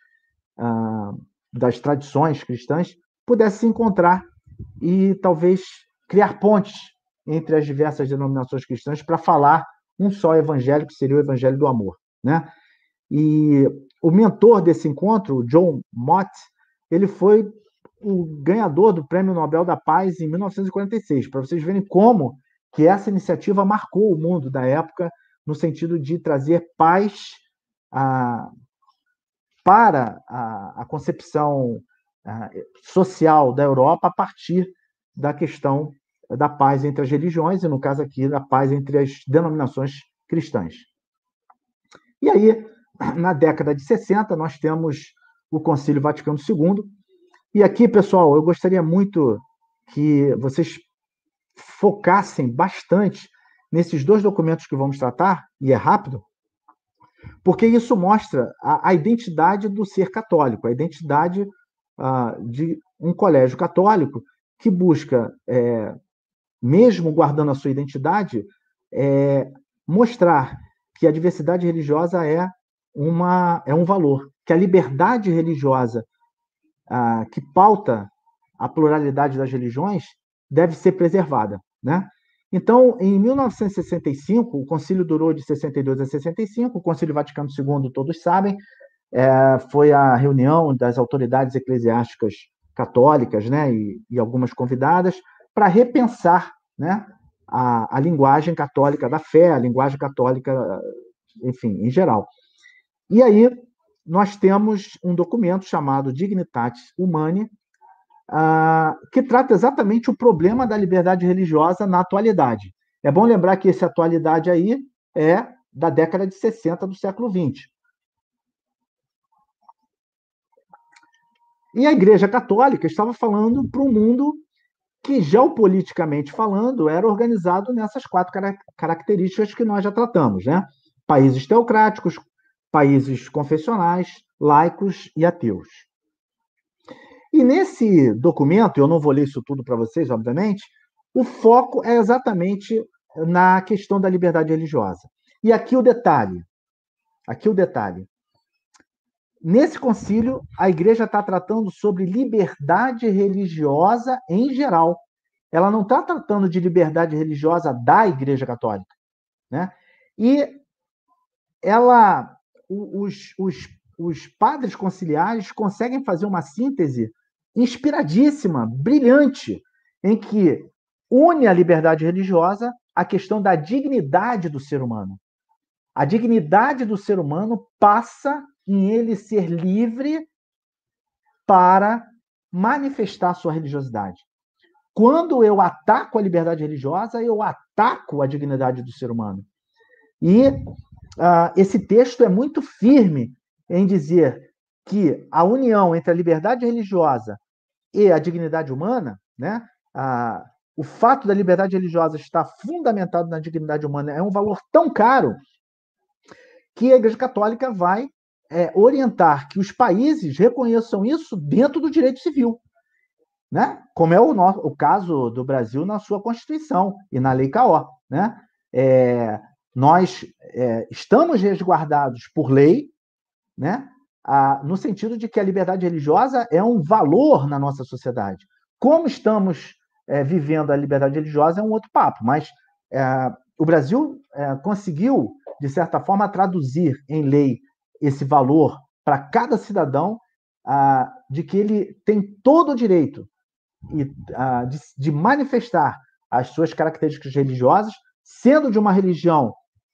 das tradições cristãs, pudessem se encontrar e talvez criar pontes entre as diversas denominações cristãs para falar um só evangelho, que seria o evangelho do amor, né? E o mentor desse encontro, John Mott, ele foi o ganhador do Prêmio Nobel da Paz em 1946, para vocês verem como que essa iniciativa marcou o mundo da época no sentido de trazer paz para a concepção social da Europa a partir da questão da paz entre as religiões, e no caso aqui, da paz entre as denominações cristãs. E aí, na década de 60, nós temos o Concílio Vaticano II, e aqui, pessoal, eu gostaria muito que vocês focassem bastante nesses dois documentos que vamos tratar, e é rápido, porque isso mostra a identidade do ser católico, a identidade de um colégio católico que busca, mesmo guardando a sua identidade, mostrar que a diversidade religiosa é um valor, que a liberdade religiosa que pauta a pluralidade das religiões deve ser preservada, né? Então, em 1965, o concílio durou de 62 a 65, o Concílio Vaticano II, todos sabem, foi a reunião das autoridades eclesiásticas católicas, né, e algumas convidadas, para repensar, né, a linguagem católica da fé, a linguagem católica, enfim, em geral. E aí, nós temos um documento chamado Dignitatis Humanae, que trata exatamente o problema da liberdade religiosa na atualidade. É bom lembrar que essa atualidade aí é da década de 60 do século XX. E a Igreja Católica estava falando para um mundo que, geopoliticamente falando, era organizado nessas 4 características que nós já tratamos, né? Países teocráticos, países confessionais, laicos e ateus. E nesse documento, eu não vou ler isso tudo para vocês, obviamente, o foco é exatamente na questão da liberdade religiosa. E aqui o detalhe. Nesse concílio, a igreja está tratando sobre liberdade religiosa em geral. ela não está tratando de liberdade religiosa da Igreja Católica, né? E os padres conciliares conseguem fazer uma síntese inspiradíssima, brilhante, em que une a liberdade religiosa à questão da dignidade do ser humano. A dignidade do ser humano passa em ele ser livre para manifestar sua religiosidade. Quando eu ataco a liberdade religiosa, eu ataco a dignidade do ser humano. E esse texto é muito firme em dizer que a união entre a liberdade religiosa e a dignidade humana, né, o fato da liberdade religiosa estar fundamentado na dignidade humana é um valor tão caro que a Igreja Católica vai orientar que os países reconheçam isso dentro do direito civil, né? Como é o caso do Brasil na sua Constituição e na Lei K.O. Né? Nós estamos resguardados por lei, né? No sentido de que a liberdade religiosa é um valor na nossa sociedade. Como estamos vivendo a liberdade religiosa é um outro papo, mas o Brasil conseguiu, de certa forma, traduzir em lei esse valor para cada cidadão, de que ele tem todo o direito de manifestar as suas características religiosas, sendo de uma religião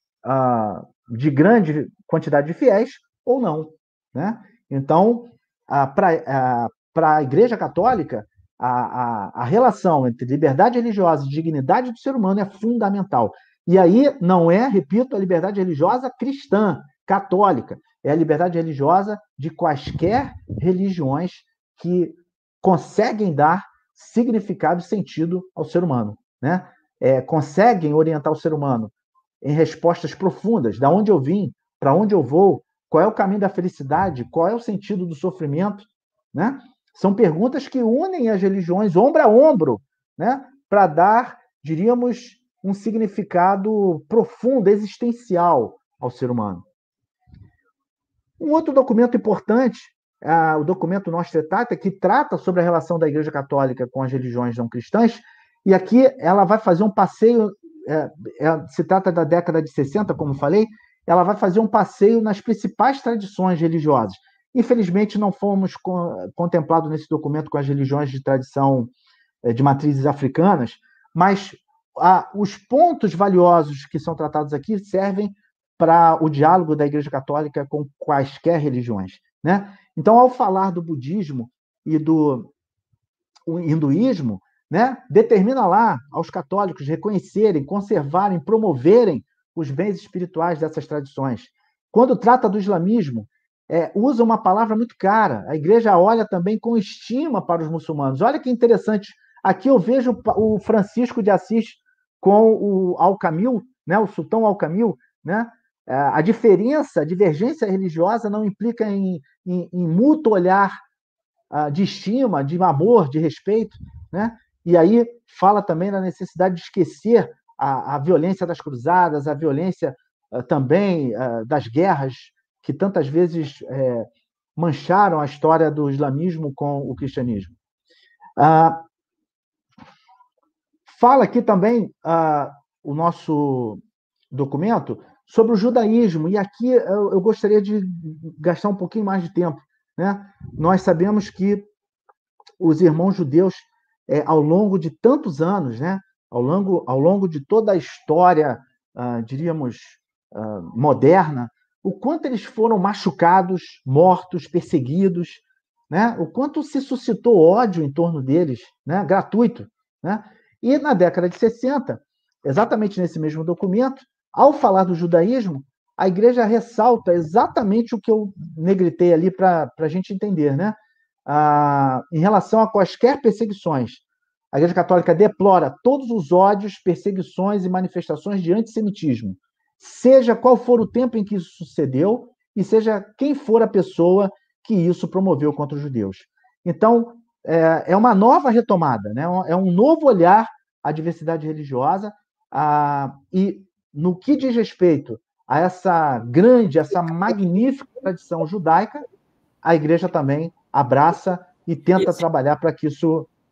de grande quantidade de fiéis ou não, né? Então, para a Igreja Católica, a relação entre liberdade religiosa e dignidade do ser humano é fundamental. E aí não é, repito, a liberdade religiosa cristã, católica, é a liberdade religiosa de quaisquer religiões que conseguem dar significado e sentido ao ser humano, né? Conseguem orientar o ser humano em respostas profundas, da onde eu vim, para onde eu vou, qual é o caminho da felicidade, qual é o sentido do sofrimento, né? São perguntas que unem as religiões ombro a ombro, né? Para dar, diríamos, um significado profundo, existencial ao ser humano. Um outro documento importante, o documento Nostra Aetate, que trata sobre a relação da Igreja Católica com as religiões não cristãs, e aqui ela vai fazer um passeio, se trata da década de 60, como falei, ela vai fazer um passeio nas principais tradições religiosas. Infelizmente, não fomos contemplados nesse documento com as religiões de tradição de matrizes africanas, mas os pontos valiosos que são tratados aqui servem para o diálogo da Igreja Católica com quaisquer religiões, né? Então, ao falar do budismo e do hinduísmo, né, determina lá aos católicos reconhecerem, conservarem, promoverem os bens espirituais dessas tradições. Quando trata do islamismo, usa uma palavra muito cara. A Igreja olha também com estima para os muçulmanos. Olha que interessante. Aqui eu vejo o Francisco de Assis com o Al-Kamil, né, o sultão Al-Kamil, né? A diferença, a divergência religiosa não implica em mútuo olhar de estima, de amor, de respeito, né? E aí fala também da necessidade de esquecer a violência das cruzadas, a violência também das guerras que tantas vezes mancharam a história do islamismo com o cristianismo. Fala aqui também o nosso documento sobre o judaísmo, e aqui eu gostaria de gastar um pouquinho mais de tempo, né? Nós sabemos que os irmãos judeus, ao longo de tantos anos, né? Ao longo de toda a história, diríamos, moderna, o quanto eles foram machucados, mortos, perseguidos, né? O quanto se suscitou ódio em torno deles, né? Gratuito, né? E na década de 60, exatamente nesse mesmo documento, ao falar do judaísmo, a Igreja ressalta exatamente o que eu negritei ali para a gente entender, né? Em relação a quaisquer perseguições, a Igreja Católica deplora todos os ódios, perseguições e manifestações de antissemitismo, seja qual for o tempo em que isso sucedeu e seja quem for a pessoa que isso promoveu contra os judeus. Então, é uma nova retomada, né? É um novo olhar à diversidade religiosa, e no que diz respeito a essa magnífica tradição judaica, a Igreja também abraça e tenta trabalhar para que isso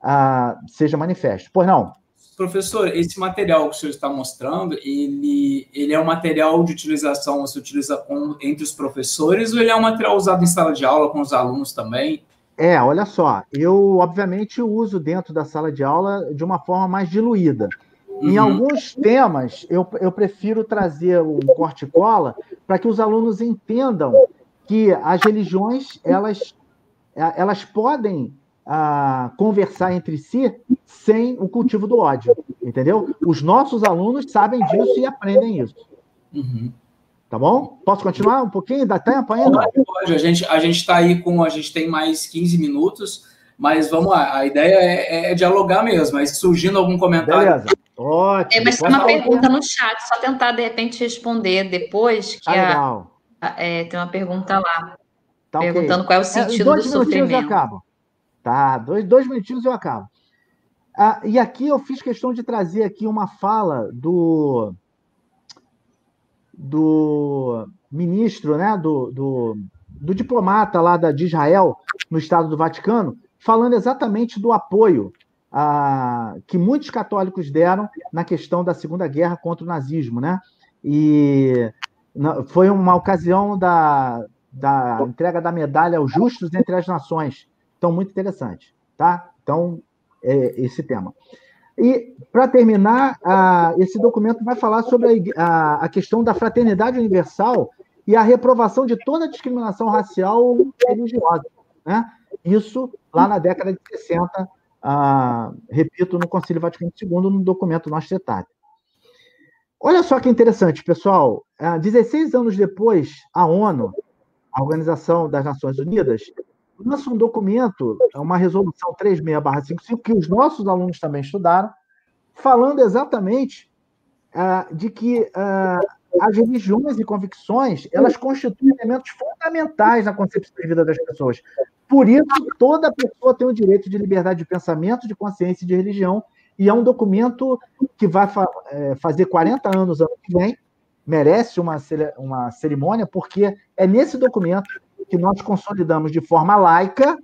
seja manifesto. Pois não? Professor, esse material que o senhor está mostrando, ele é um material de utilização, você utiliza entre os professores, ou ele é um material usado em sala de aula com os alunos também? Olha só, eu obviamente uso dentro da sala de aula de uma forma mais diluída. Em alguns temas, eu prefiro trazer um corte e cola para que os alunos entendam que as religiões, elas podem conversar entre si sem o cultivo do ódio, entendeu? Os nossos alunos sabem disso e aprendem isso. Tá bom? Posso continuar um pouquinho? Dá tempo ainda? Pode. A gente está aí a gente tem mais 15 minutos, mas vamos lá, a ideia é dialogar mesmo, mas surgindo algum comentário... Beleza. Ótimo. Mas tem uma pergunta no chat, só tentar, de repente, responder depois, que legal. Tem uma pergunta lá, tá, perguntando qual é o sentido do sofrimento. Eu acabo. Tá, dois minutinhos eu acabo. E aqui eu fiz questão de trazer aqui uma fala do ministro, né, do diplomata lá de Israel, no Estado do Vaticano, falando exatamente do apoio que muitos católicos deram na questão da Segunda Guerra contra o nazismo, né? E foi uma ocasião da entrega da medalha aos justos entre as nações. Então, muito interessante, tá? Então, esse tema. E, para terminar, esse documento vai falar sobre a questão da fraternidade universal e a reprovação de toda discriminação racial e religiosa, né? Isso lá na década de 60, repito, no Concílio Vaticano II, no documento Nostra Aetate. Olha só que interessante, pessoal. 16 anos depois, a ONU, a Organização das Nações Unidas, lança um documento, uma resolução 36/55, que os nossos alunos também estudaram, falando exatamente de que as religiões e convicções, elas constituem elementos fundamentais na concepção de vida das pessoas. Por isso, toda pessoa tem o direito de liberdade de pensamento, de consciência e de religião, e é um documento que vai fazer 40 anos ano que vem, merece uma cerimônia, porque é nesse documento que nós consolidamos de forma laica,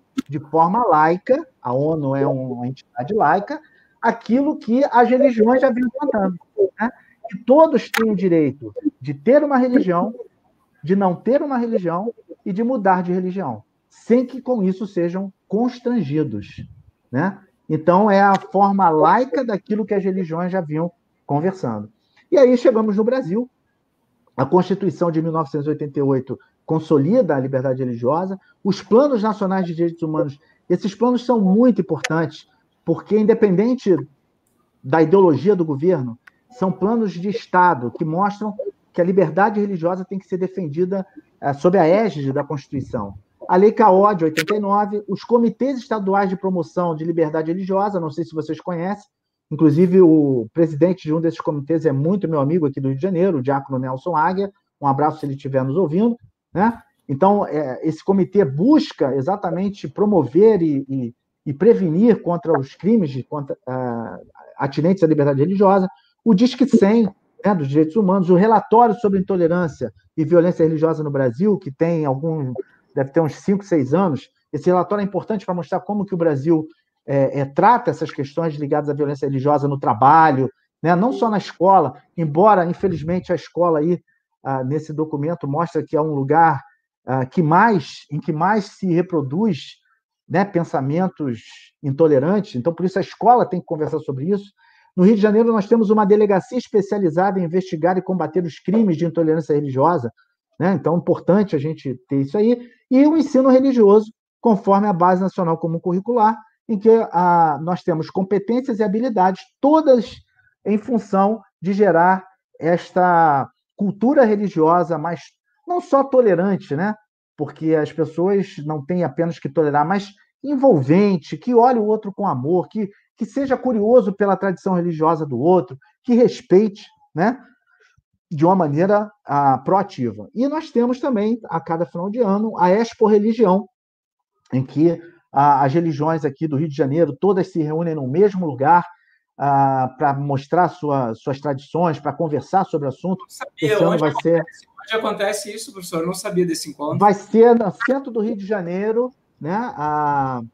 a ONU é uma entidade laica, aquilo que as religiões já vinham contando, né? Que todos têm o direito de ter uma religião, de não ter uma religião e de mudar de religião, sem que com isso sejam constrangidos, né? Então, é a forma laica daquilo que as religiões já vinham conversando. E aí chegamos no Brasil. A Constituição de 1988 consolida a liberdade religiosa. Os planos nacionais de direitos humanos, esses planos são muito importantes, porque, independente da ideologia do governo, são planos de Estado que mostram que a liberdade religiosa tem que ser defendida sob a égide da Constituição. A Lei CAO de 89, os comitês estaduais de promoção de liberdade religiosa, não sei se vocês conhecem, inclusive o presidente de um desses comitês é muito meu amigo aqui do Rio de Janeiro, o diácono Nelson Águia, um abraço se ele estiver nos ouvindo, né? Então, esse comitê busca exatamente promover e prevenir contra os crimes atinentes à liberdade religiosa, o Disque 100, né, dos direitos humanos, o relatório sobre intolerância e violência religiosa no Brasil, que tem deve ter uns 5, 6 anos. Esse relatório é importante para mostrar como que o Brasil trata essas questões ligadas à violência religiosa no trabalho, né? Não só na escola, embora, infelizmente, a escola aí, nesse documento, mostra que é um lugar em que mais se reproduz, né, pensamentos intolerantes. Então, por isso, a escola tem que conversar sobre isso. No Rio de Janeiro, nós temos uma delegacia especializada em investigar e combater os crimes de intolerância religiosa, né? Então, é importante a gente ter isso aí. E o ensino religioso, conforme a Base Nacional Comum Curricular, em que nós temos competências e habilidades, todas em função de gerar esta cultura religiosa mais, não só tolerante, né? Porque as pessoas não têm apenas que tolerar, mas envolvente, que olhe o outro com amor, que seja curioso pela tradição religiosa do outro, que respeite, né? De uma maneira proativa. E nós temos também, a cada final de ano, a Expo Religião, em que as religiões aqui do Rio de Janeiro todas se reúnem no mesmo lugar para mostrar suas tradições, para conversar sobre o assunto. Esse ano vai ser... Onde acontece isso, professor? Eu não sabia desse encontro. Vai ser no centro do Rio de Janeiro, né?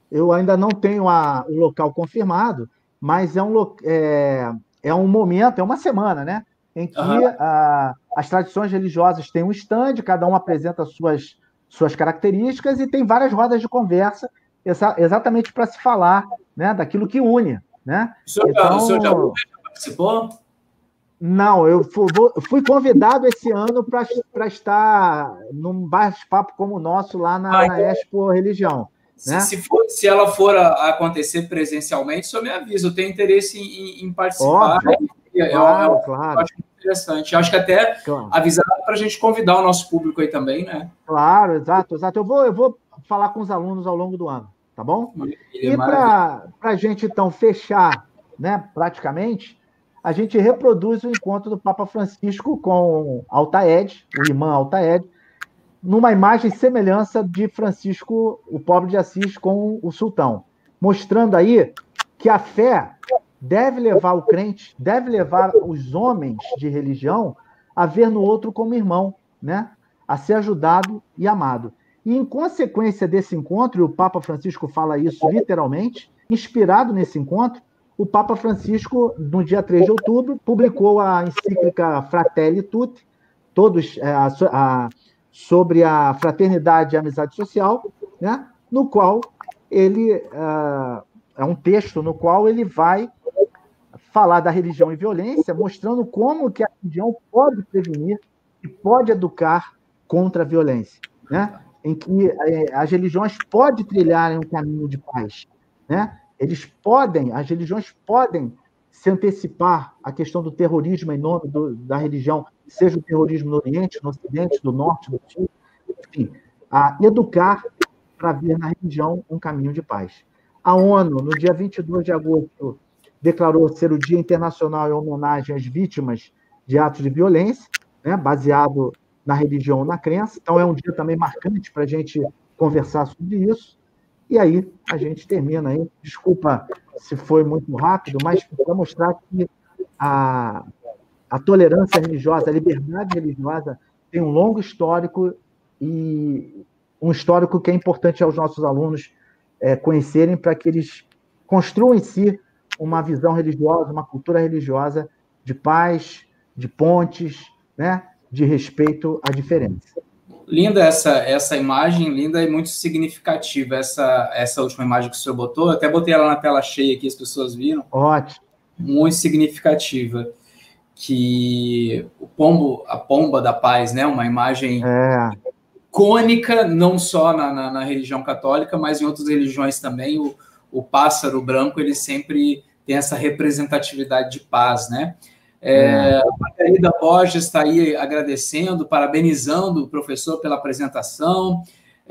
eu ainda não tenho o local confirmado, mas é um momento, é uma semana, né? Em que as tradições religiosas têm um stand, cada um apresenta suas características e tem várias rodas de conversa exatamente para se falar, né, daquilo que une, né? O senhor já participou? Não, eu fui convidado esse ano para estar num bate-papo como o nosso lá na Expo Religião. Né? Se ela for a acontecer presencialmente, o senhor me avisa. Eu tenho interesse em participar. Óbvio, claro. Acho interessante. Acho que até avisar para a gente convidar o nosso público aí também, né? Claro, exato. Eu vou falar com os alunos ao longo do ano, tá bom? E para a gente, então, fechar, né, praticamente, a gente reproduz o encontro do Papa Francisco com Altaed, o imã Altaed, numa imagem e semelhança de Francisco, o pobre de Assis, com o sultão, mostrando aí que a fé deve levar o crente, deve levar os homens de religião a ver no outro como irmão, né? A ser ajudado e amado. E, em consequência desse encontro, e o Papa Francisco fala isso literalmente, inspirado nesse encontro, o Papa Francisco, no dia 3 de outubro, publicou a encíclica Fratelli Tutti, sobre a fraternidade e a amizade social, né? No qual ele é um texto no qual ele vai falar da religião e violência, mostrando como que a religião pode prevenir e pode educar contra a violência, né? Em que as religiões podem trilhar um caminho de paz, né? As religiões podem se antecipar à questão do terrorismo em nome da religião, seja o terrorismo no Oriente, no Ocidente, do Norte, do Sul, enfim, a educar para ver na religião um caminho de paz. A ONU, no dia 22 de agosto, declarou ser o Dia Internacional em homenagem às vítimas de atos de violência, né, baseado na religião ou na crença. Então, é um dia também marcante para a gente conversar sobre isso. E aí, a gente termina aí. Desculpa se foi muito rápido, mas para mostrar que a tolerância religiosa, a liberdade religiosa tem um longo histórico e um histórico que é importante aos nossos alunos conhecerem para que eles construam em si uma visão religiosa, uma cultura religiosa de paz, de pontes, né, de respeito à diferença. Linda essa imagem, linda e muito significativa, essa última imagem que o senhor botou. Eu até botei ela na tela cheia aqui, as pessoas viram. Ótimo. Muito significativa. Que a pomba da paz, né? Uma imagem icônica, não só na religião católica, mas em outras religiões também. O pássaro branco, ele sempre tem essa representatividade de paz, né? A Margarida Borges está aí agradecendo, parabenizando o professor pela apresentação.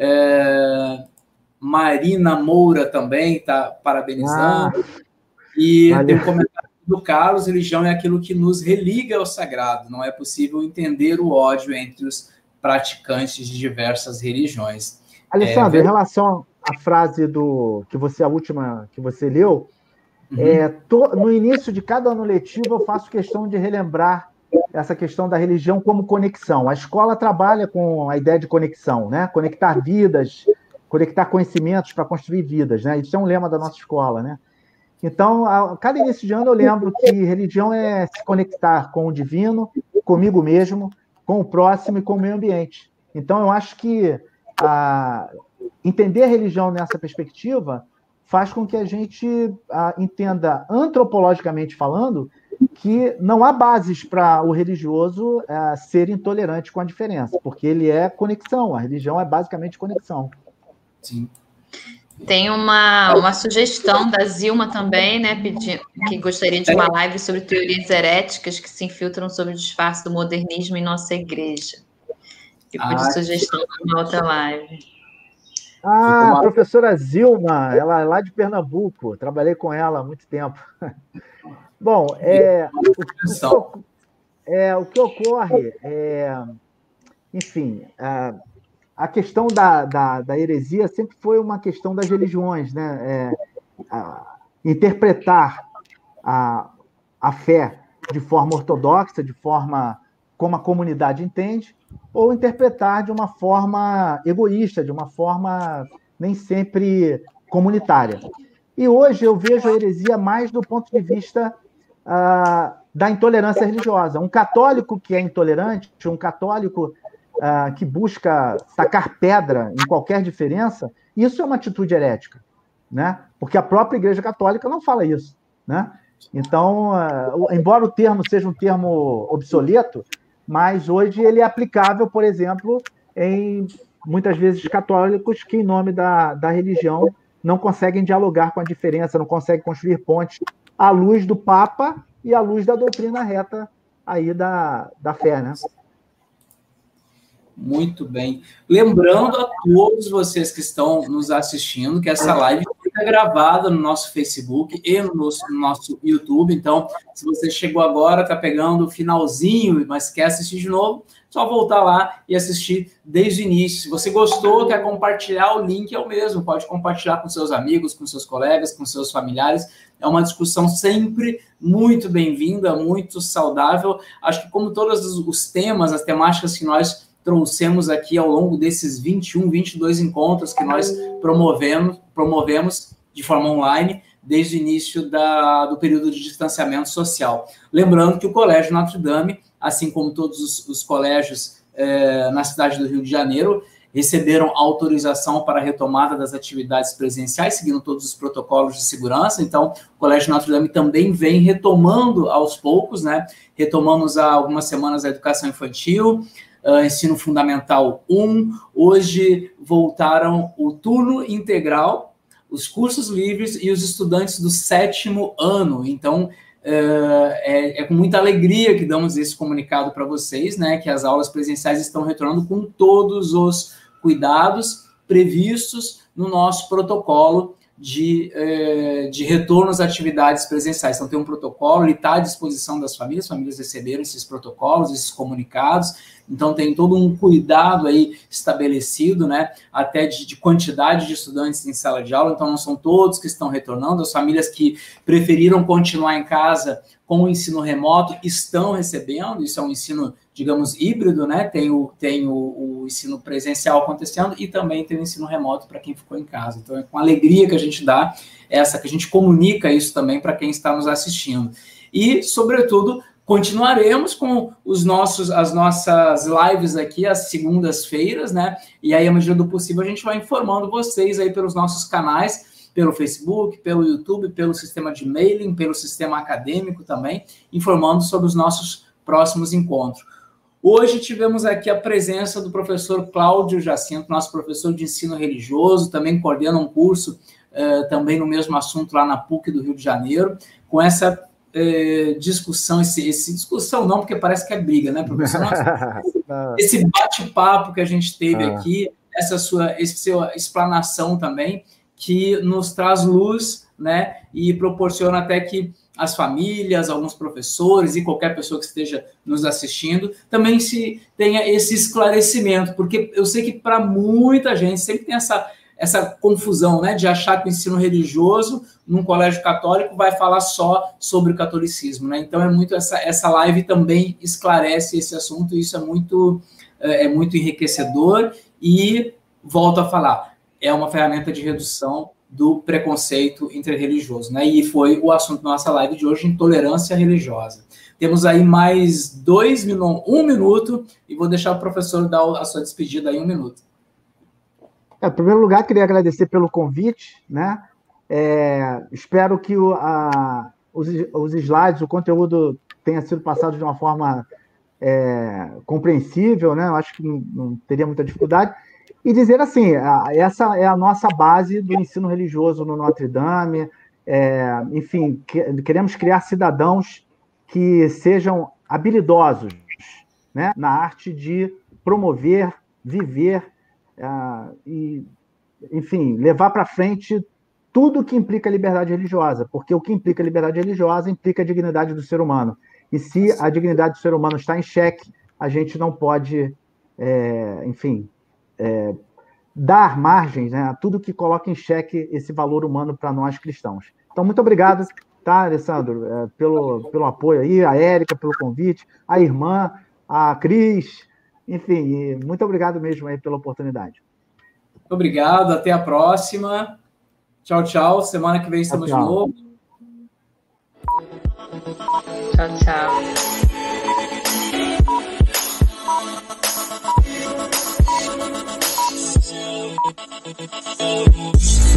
Marina Moura também está parabenizando. E tem um comentário do Carlos: religião é aquilo que nos religa ao sagrado. Não é possível entender o ódio entre os praticantes de diversas religiões. Alessandro, em relação à frase a última que você leu, no início de cada ano letivo eu faço questão de relembrar essa questão da religião como conexão. A escola trabalha com a ideia de conexão, né? Conectar vidas, conectar conhecimentos para construir vidas, né? Isso é um lema da nossa escola, né? Então, a cada início de ano eu lembro que religião é se conectar com o divino, comigo mesmo, com o próximo e com o meio ambiente. Então, eu acho que entender a religião nessa perspectiva faz com que a gente entenda, antropologicamente falando, que não há bases para o religioso ser intolerante com a diferença, porque ele é conexão, a religião é basicamente conexão. Sim. Tem uma sugestão da Zilma também, né, que gostaria de uma live sobre teorias heréticas que se infiltram sob o disfarce do modernismo em nossa igreja. Tipo de sugestão para uma outra live. A professora Zilma, ela é lá de Pernambuco, trabalhei com ela há muito tempo. Bom, o que ocorre enfim, a questão da heresia sempre foi uma questão das religiões, né? Interpretar a fé de forma ortodoxa, de forma como a comunidade entende, ou interpretar de uma forma egoísta, de uma forma nem sempre comunitária. E hoje eu vejo a heresia mais do ponto de vista da intolerância religiosa. Um católico que é intolerante, um católico que busca tacar pedra em qualquer diferença, isso é uma atitude herética, né? Porque a própria Igreja Católica não fala isso, né? Então, embora o termo seja um termo obsoleto, mas hoje ele é aplicável, por exemplo, em muitas vezes católicos que, em nome da religião, não conseguem dialogar com a diferença, não conseguem construir pontes à luz do Papa e à luz da doutrina reta aí da fé, né? Muito bem. Lembrando a todos vocês que estão nos assistindo que essa live fica gravada no nosso Facebook e no nosso YouTube. Então, se você chegou agora, está pegando o finalzinho, mas quer assistir de novo, só voltar lá e assistir desde o início. Se você gostou, quer compartilhar, o link é o mesmo. Pode compartilhar com seus amigos, com seus colegas, com seus familiares. É uma discussão sempre muito bem-vinda, muito saudável. Acho que como todos os temas, as temáticas que nós trouxemos aqui ao longo desses 21, 22 encontros que nós promovemos de forma online desde o início do período de distanciamento social. Lembrando que o Colégio Notre Dame, assim como todos os colégios na cidade do Rio de Janeiro, receberam autorização para a retomada das atividades presenciais, seguindo todos os protocolos de segurança. Então, o Colégio Notre Dame também vem retomando aos poucos, né? Retomamos há algumas semanas a educação infantil, ensino fundamental 1, hoje voltaram o turno integral, os cursos livres e os estudantes do 7º ano. Então, é com muita alegria que damos esse comunicado para vocês, né, que as aulas presenciais estão retornando com todos os cuidados previstos no nosso protocolo de retorno às atividades presenciais. Então, tem um protocolo, ele está à disposição das famílias, as famílias receberam esses protocolos, esses comunicados, então tem todo um cuidado aí estabelecido, né, até de quantidade de estudantes em sala de aula. Então, não são todos que estão retornando, as famílias que preferiram continuar em casa com o ensino remoto estão recebendo, isso é um ensino, digamos, híbrido, né, tem o ensino presencial acontecendo e também tem o ensino remoto para quem ficou em casa. Então, é com alegria que a gente dá que a gente comunica isso também para quem está nos assistindo. E, sobretudo, continuaremos com as nossas lives aqui às segundas-feiras, né? E aí, à medida do possível, a gente vai informando vocês aí pelos nossos canais, pelo Facebook, pelo YouTube, pelo sistema de mailing, pelo sistema acadêmico também, informando sobre os nossos próximos encontros. Hoje tivemos aqui a presença do professor Cláudio Jacinto, nosso professor de ensino religioso, também coordena um curso também no mesmo assunto lá na PUC do Rio de Janeiro, com essa discussão, discussão não, porque parece que é briga, né, professor? Esse bate-papo que a gente teve aqui, essa sua explanação também, que nos traz luz, né, e proporciona até que as famílias, alguns professores e qualquer pessoa que esteja nos assistindo também tenha esse esclarecimento, porque eu sei que para muita gente sempre tem essa confusão, né, de achar que o ensino religioso num colégio católico vai falar só sobre o catolicismo, né? Então essa live também esclarece esse assunto, e isso é muito enriquecedor e, volto a falar, é uma ferramenta de redução do preconceito interreligioso, né? E foi o assunto da nossa live de hoje, intolerância religiosa. Temos aí mais 1 minuto e vou deixar o professor dar a sua despedida aí 1 minuto. Em primeiro lugar, queria agradecer pelo convite, né? Espero que os slides, o conteúdo tenha sido passado de uma forma compreensível, né? Eu acho que não teria muita dificuldade. E dizer assim, essa é a nossa base do ensino religioso no Notre Dame. Enfim, queremos criar cidadãos que sejam habilidosos, né, na arte de promover, viver e, enfim, levar para frente tudo que implica liberdade religiosa, porque o que implica liberdade religiosa implica a dignidade do ser humano. E se a dignidade do ser humano está em xeque, a gente não pode, enfim, dar margens, né, a tudo que coloca em xeque esse valor humano para nós cristãos. Então, muito obrigado, tá, Alessandro, pelo apoio aí, a Érica pelo convite, a irmã, a Cris, enfim, muito obrigado mesmo aí pela oportunidade. Obrigado, até a próxima. Tchau, tchau. Semana que vem estamos de novo. Tchau, tchau.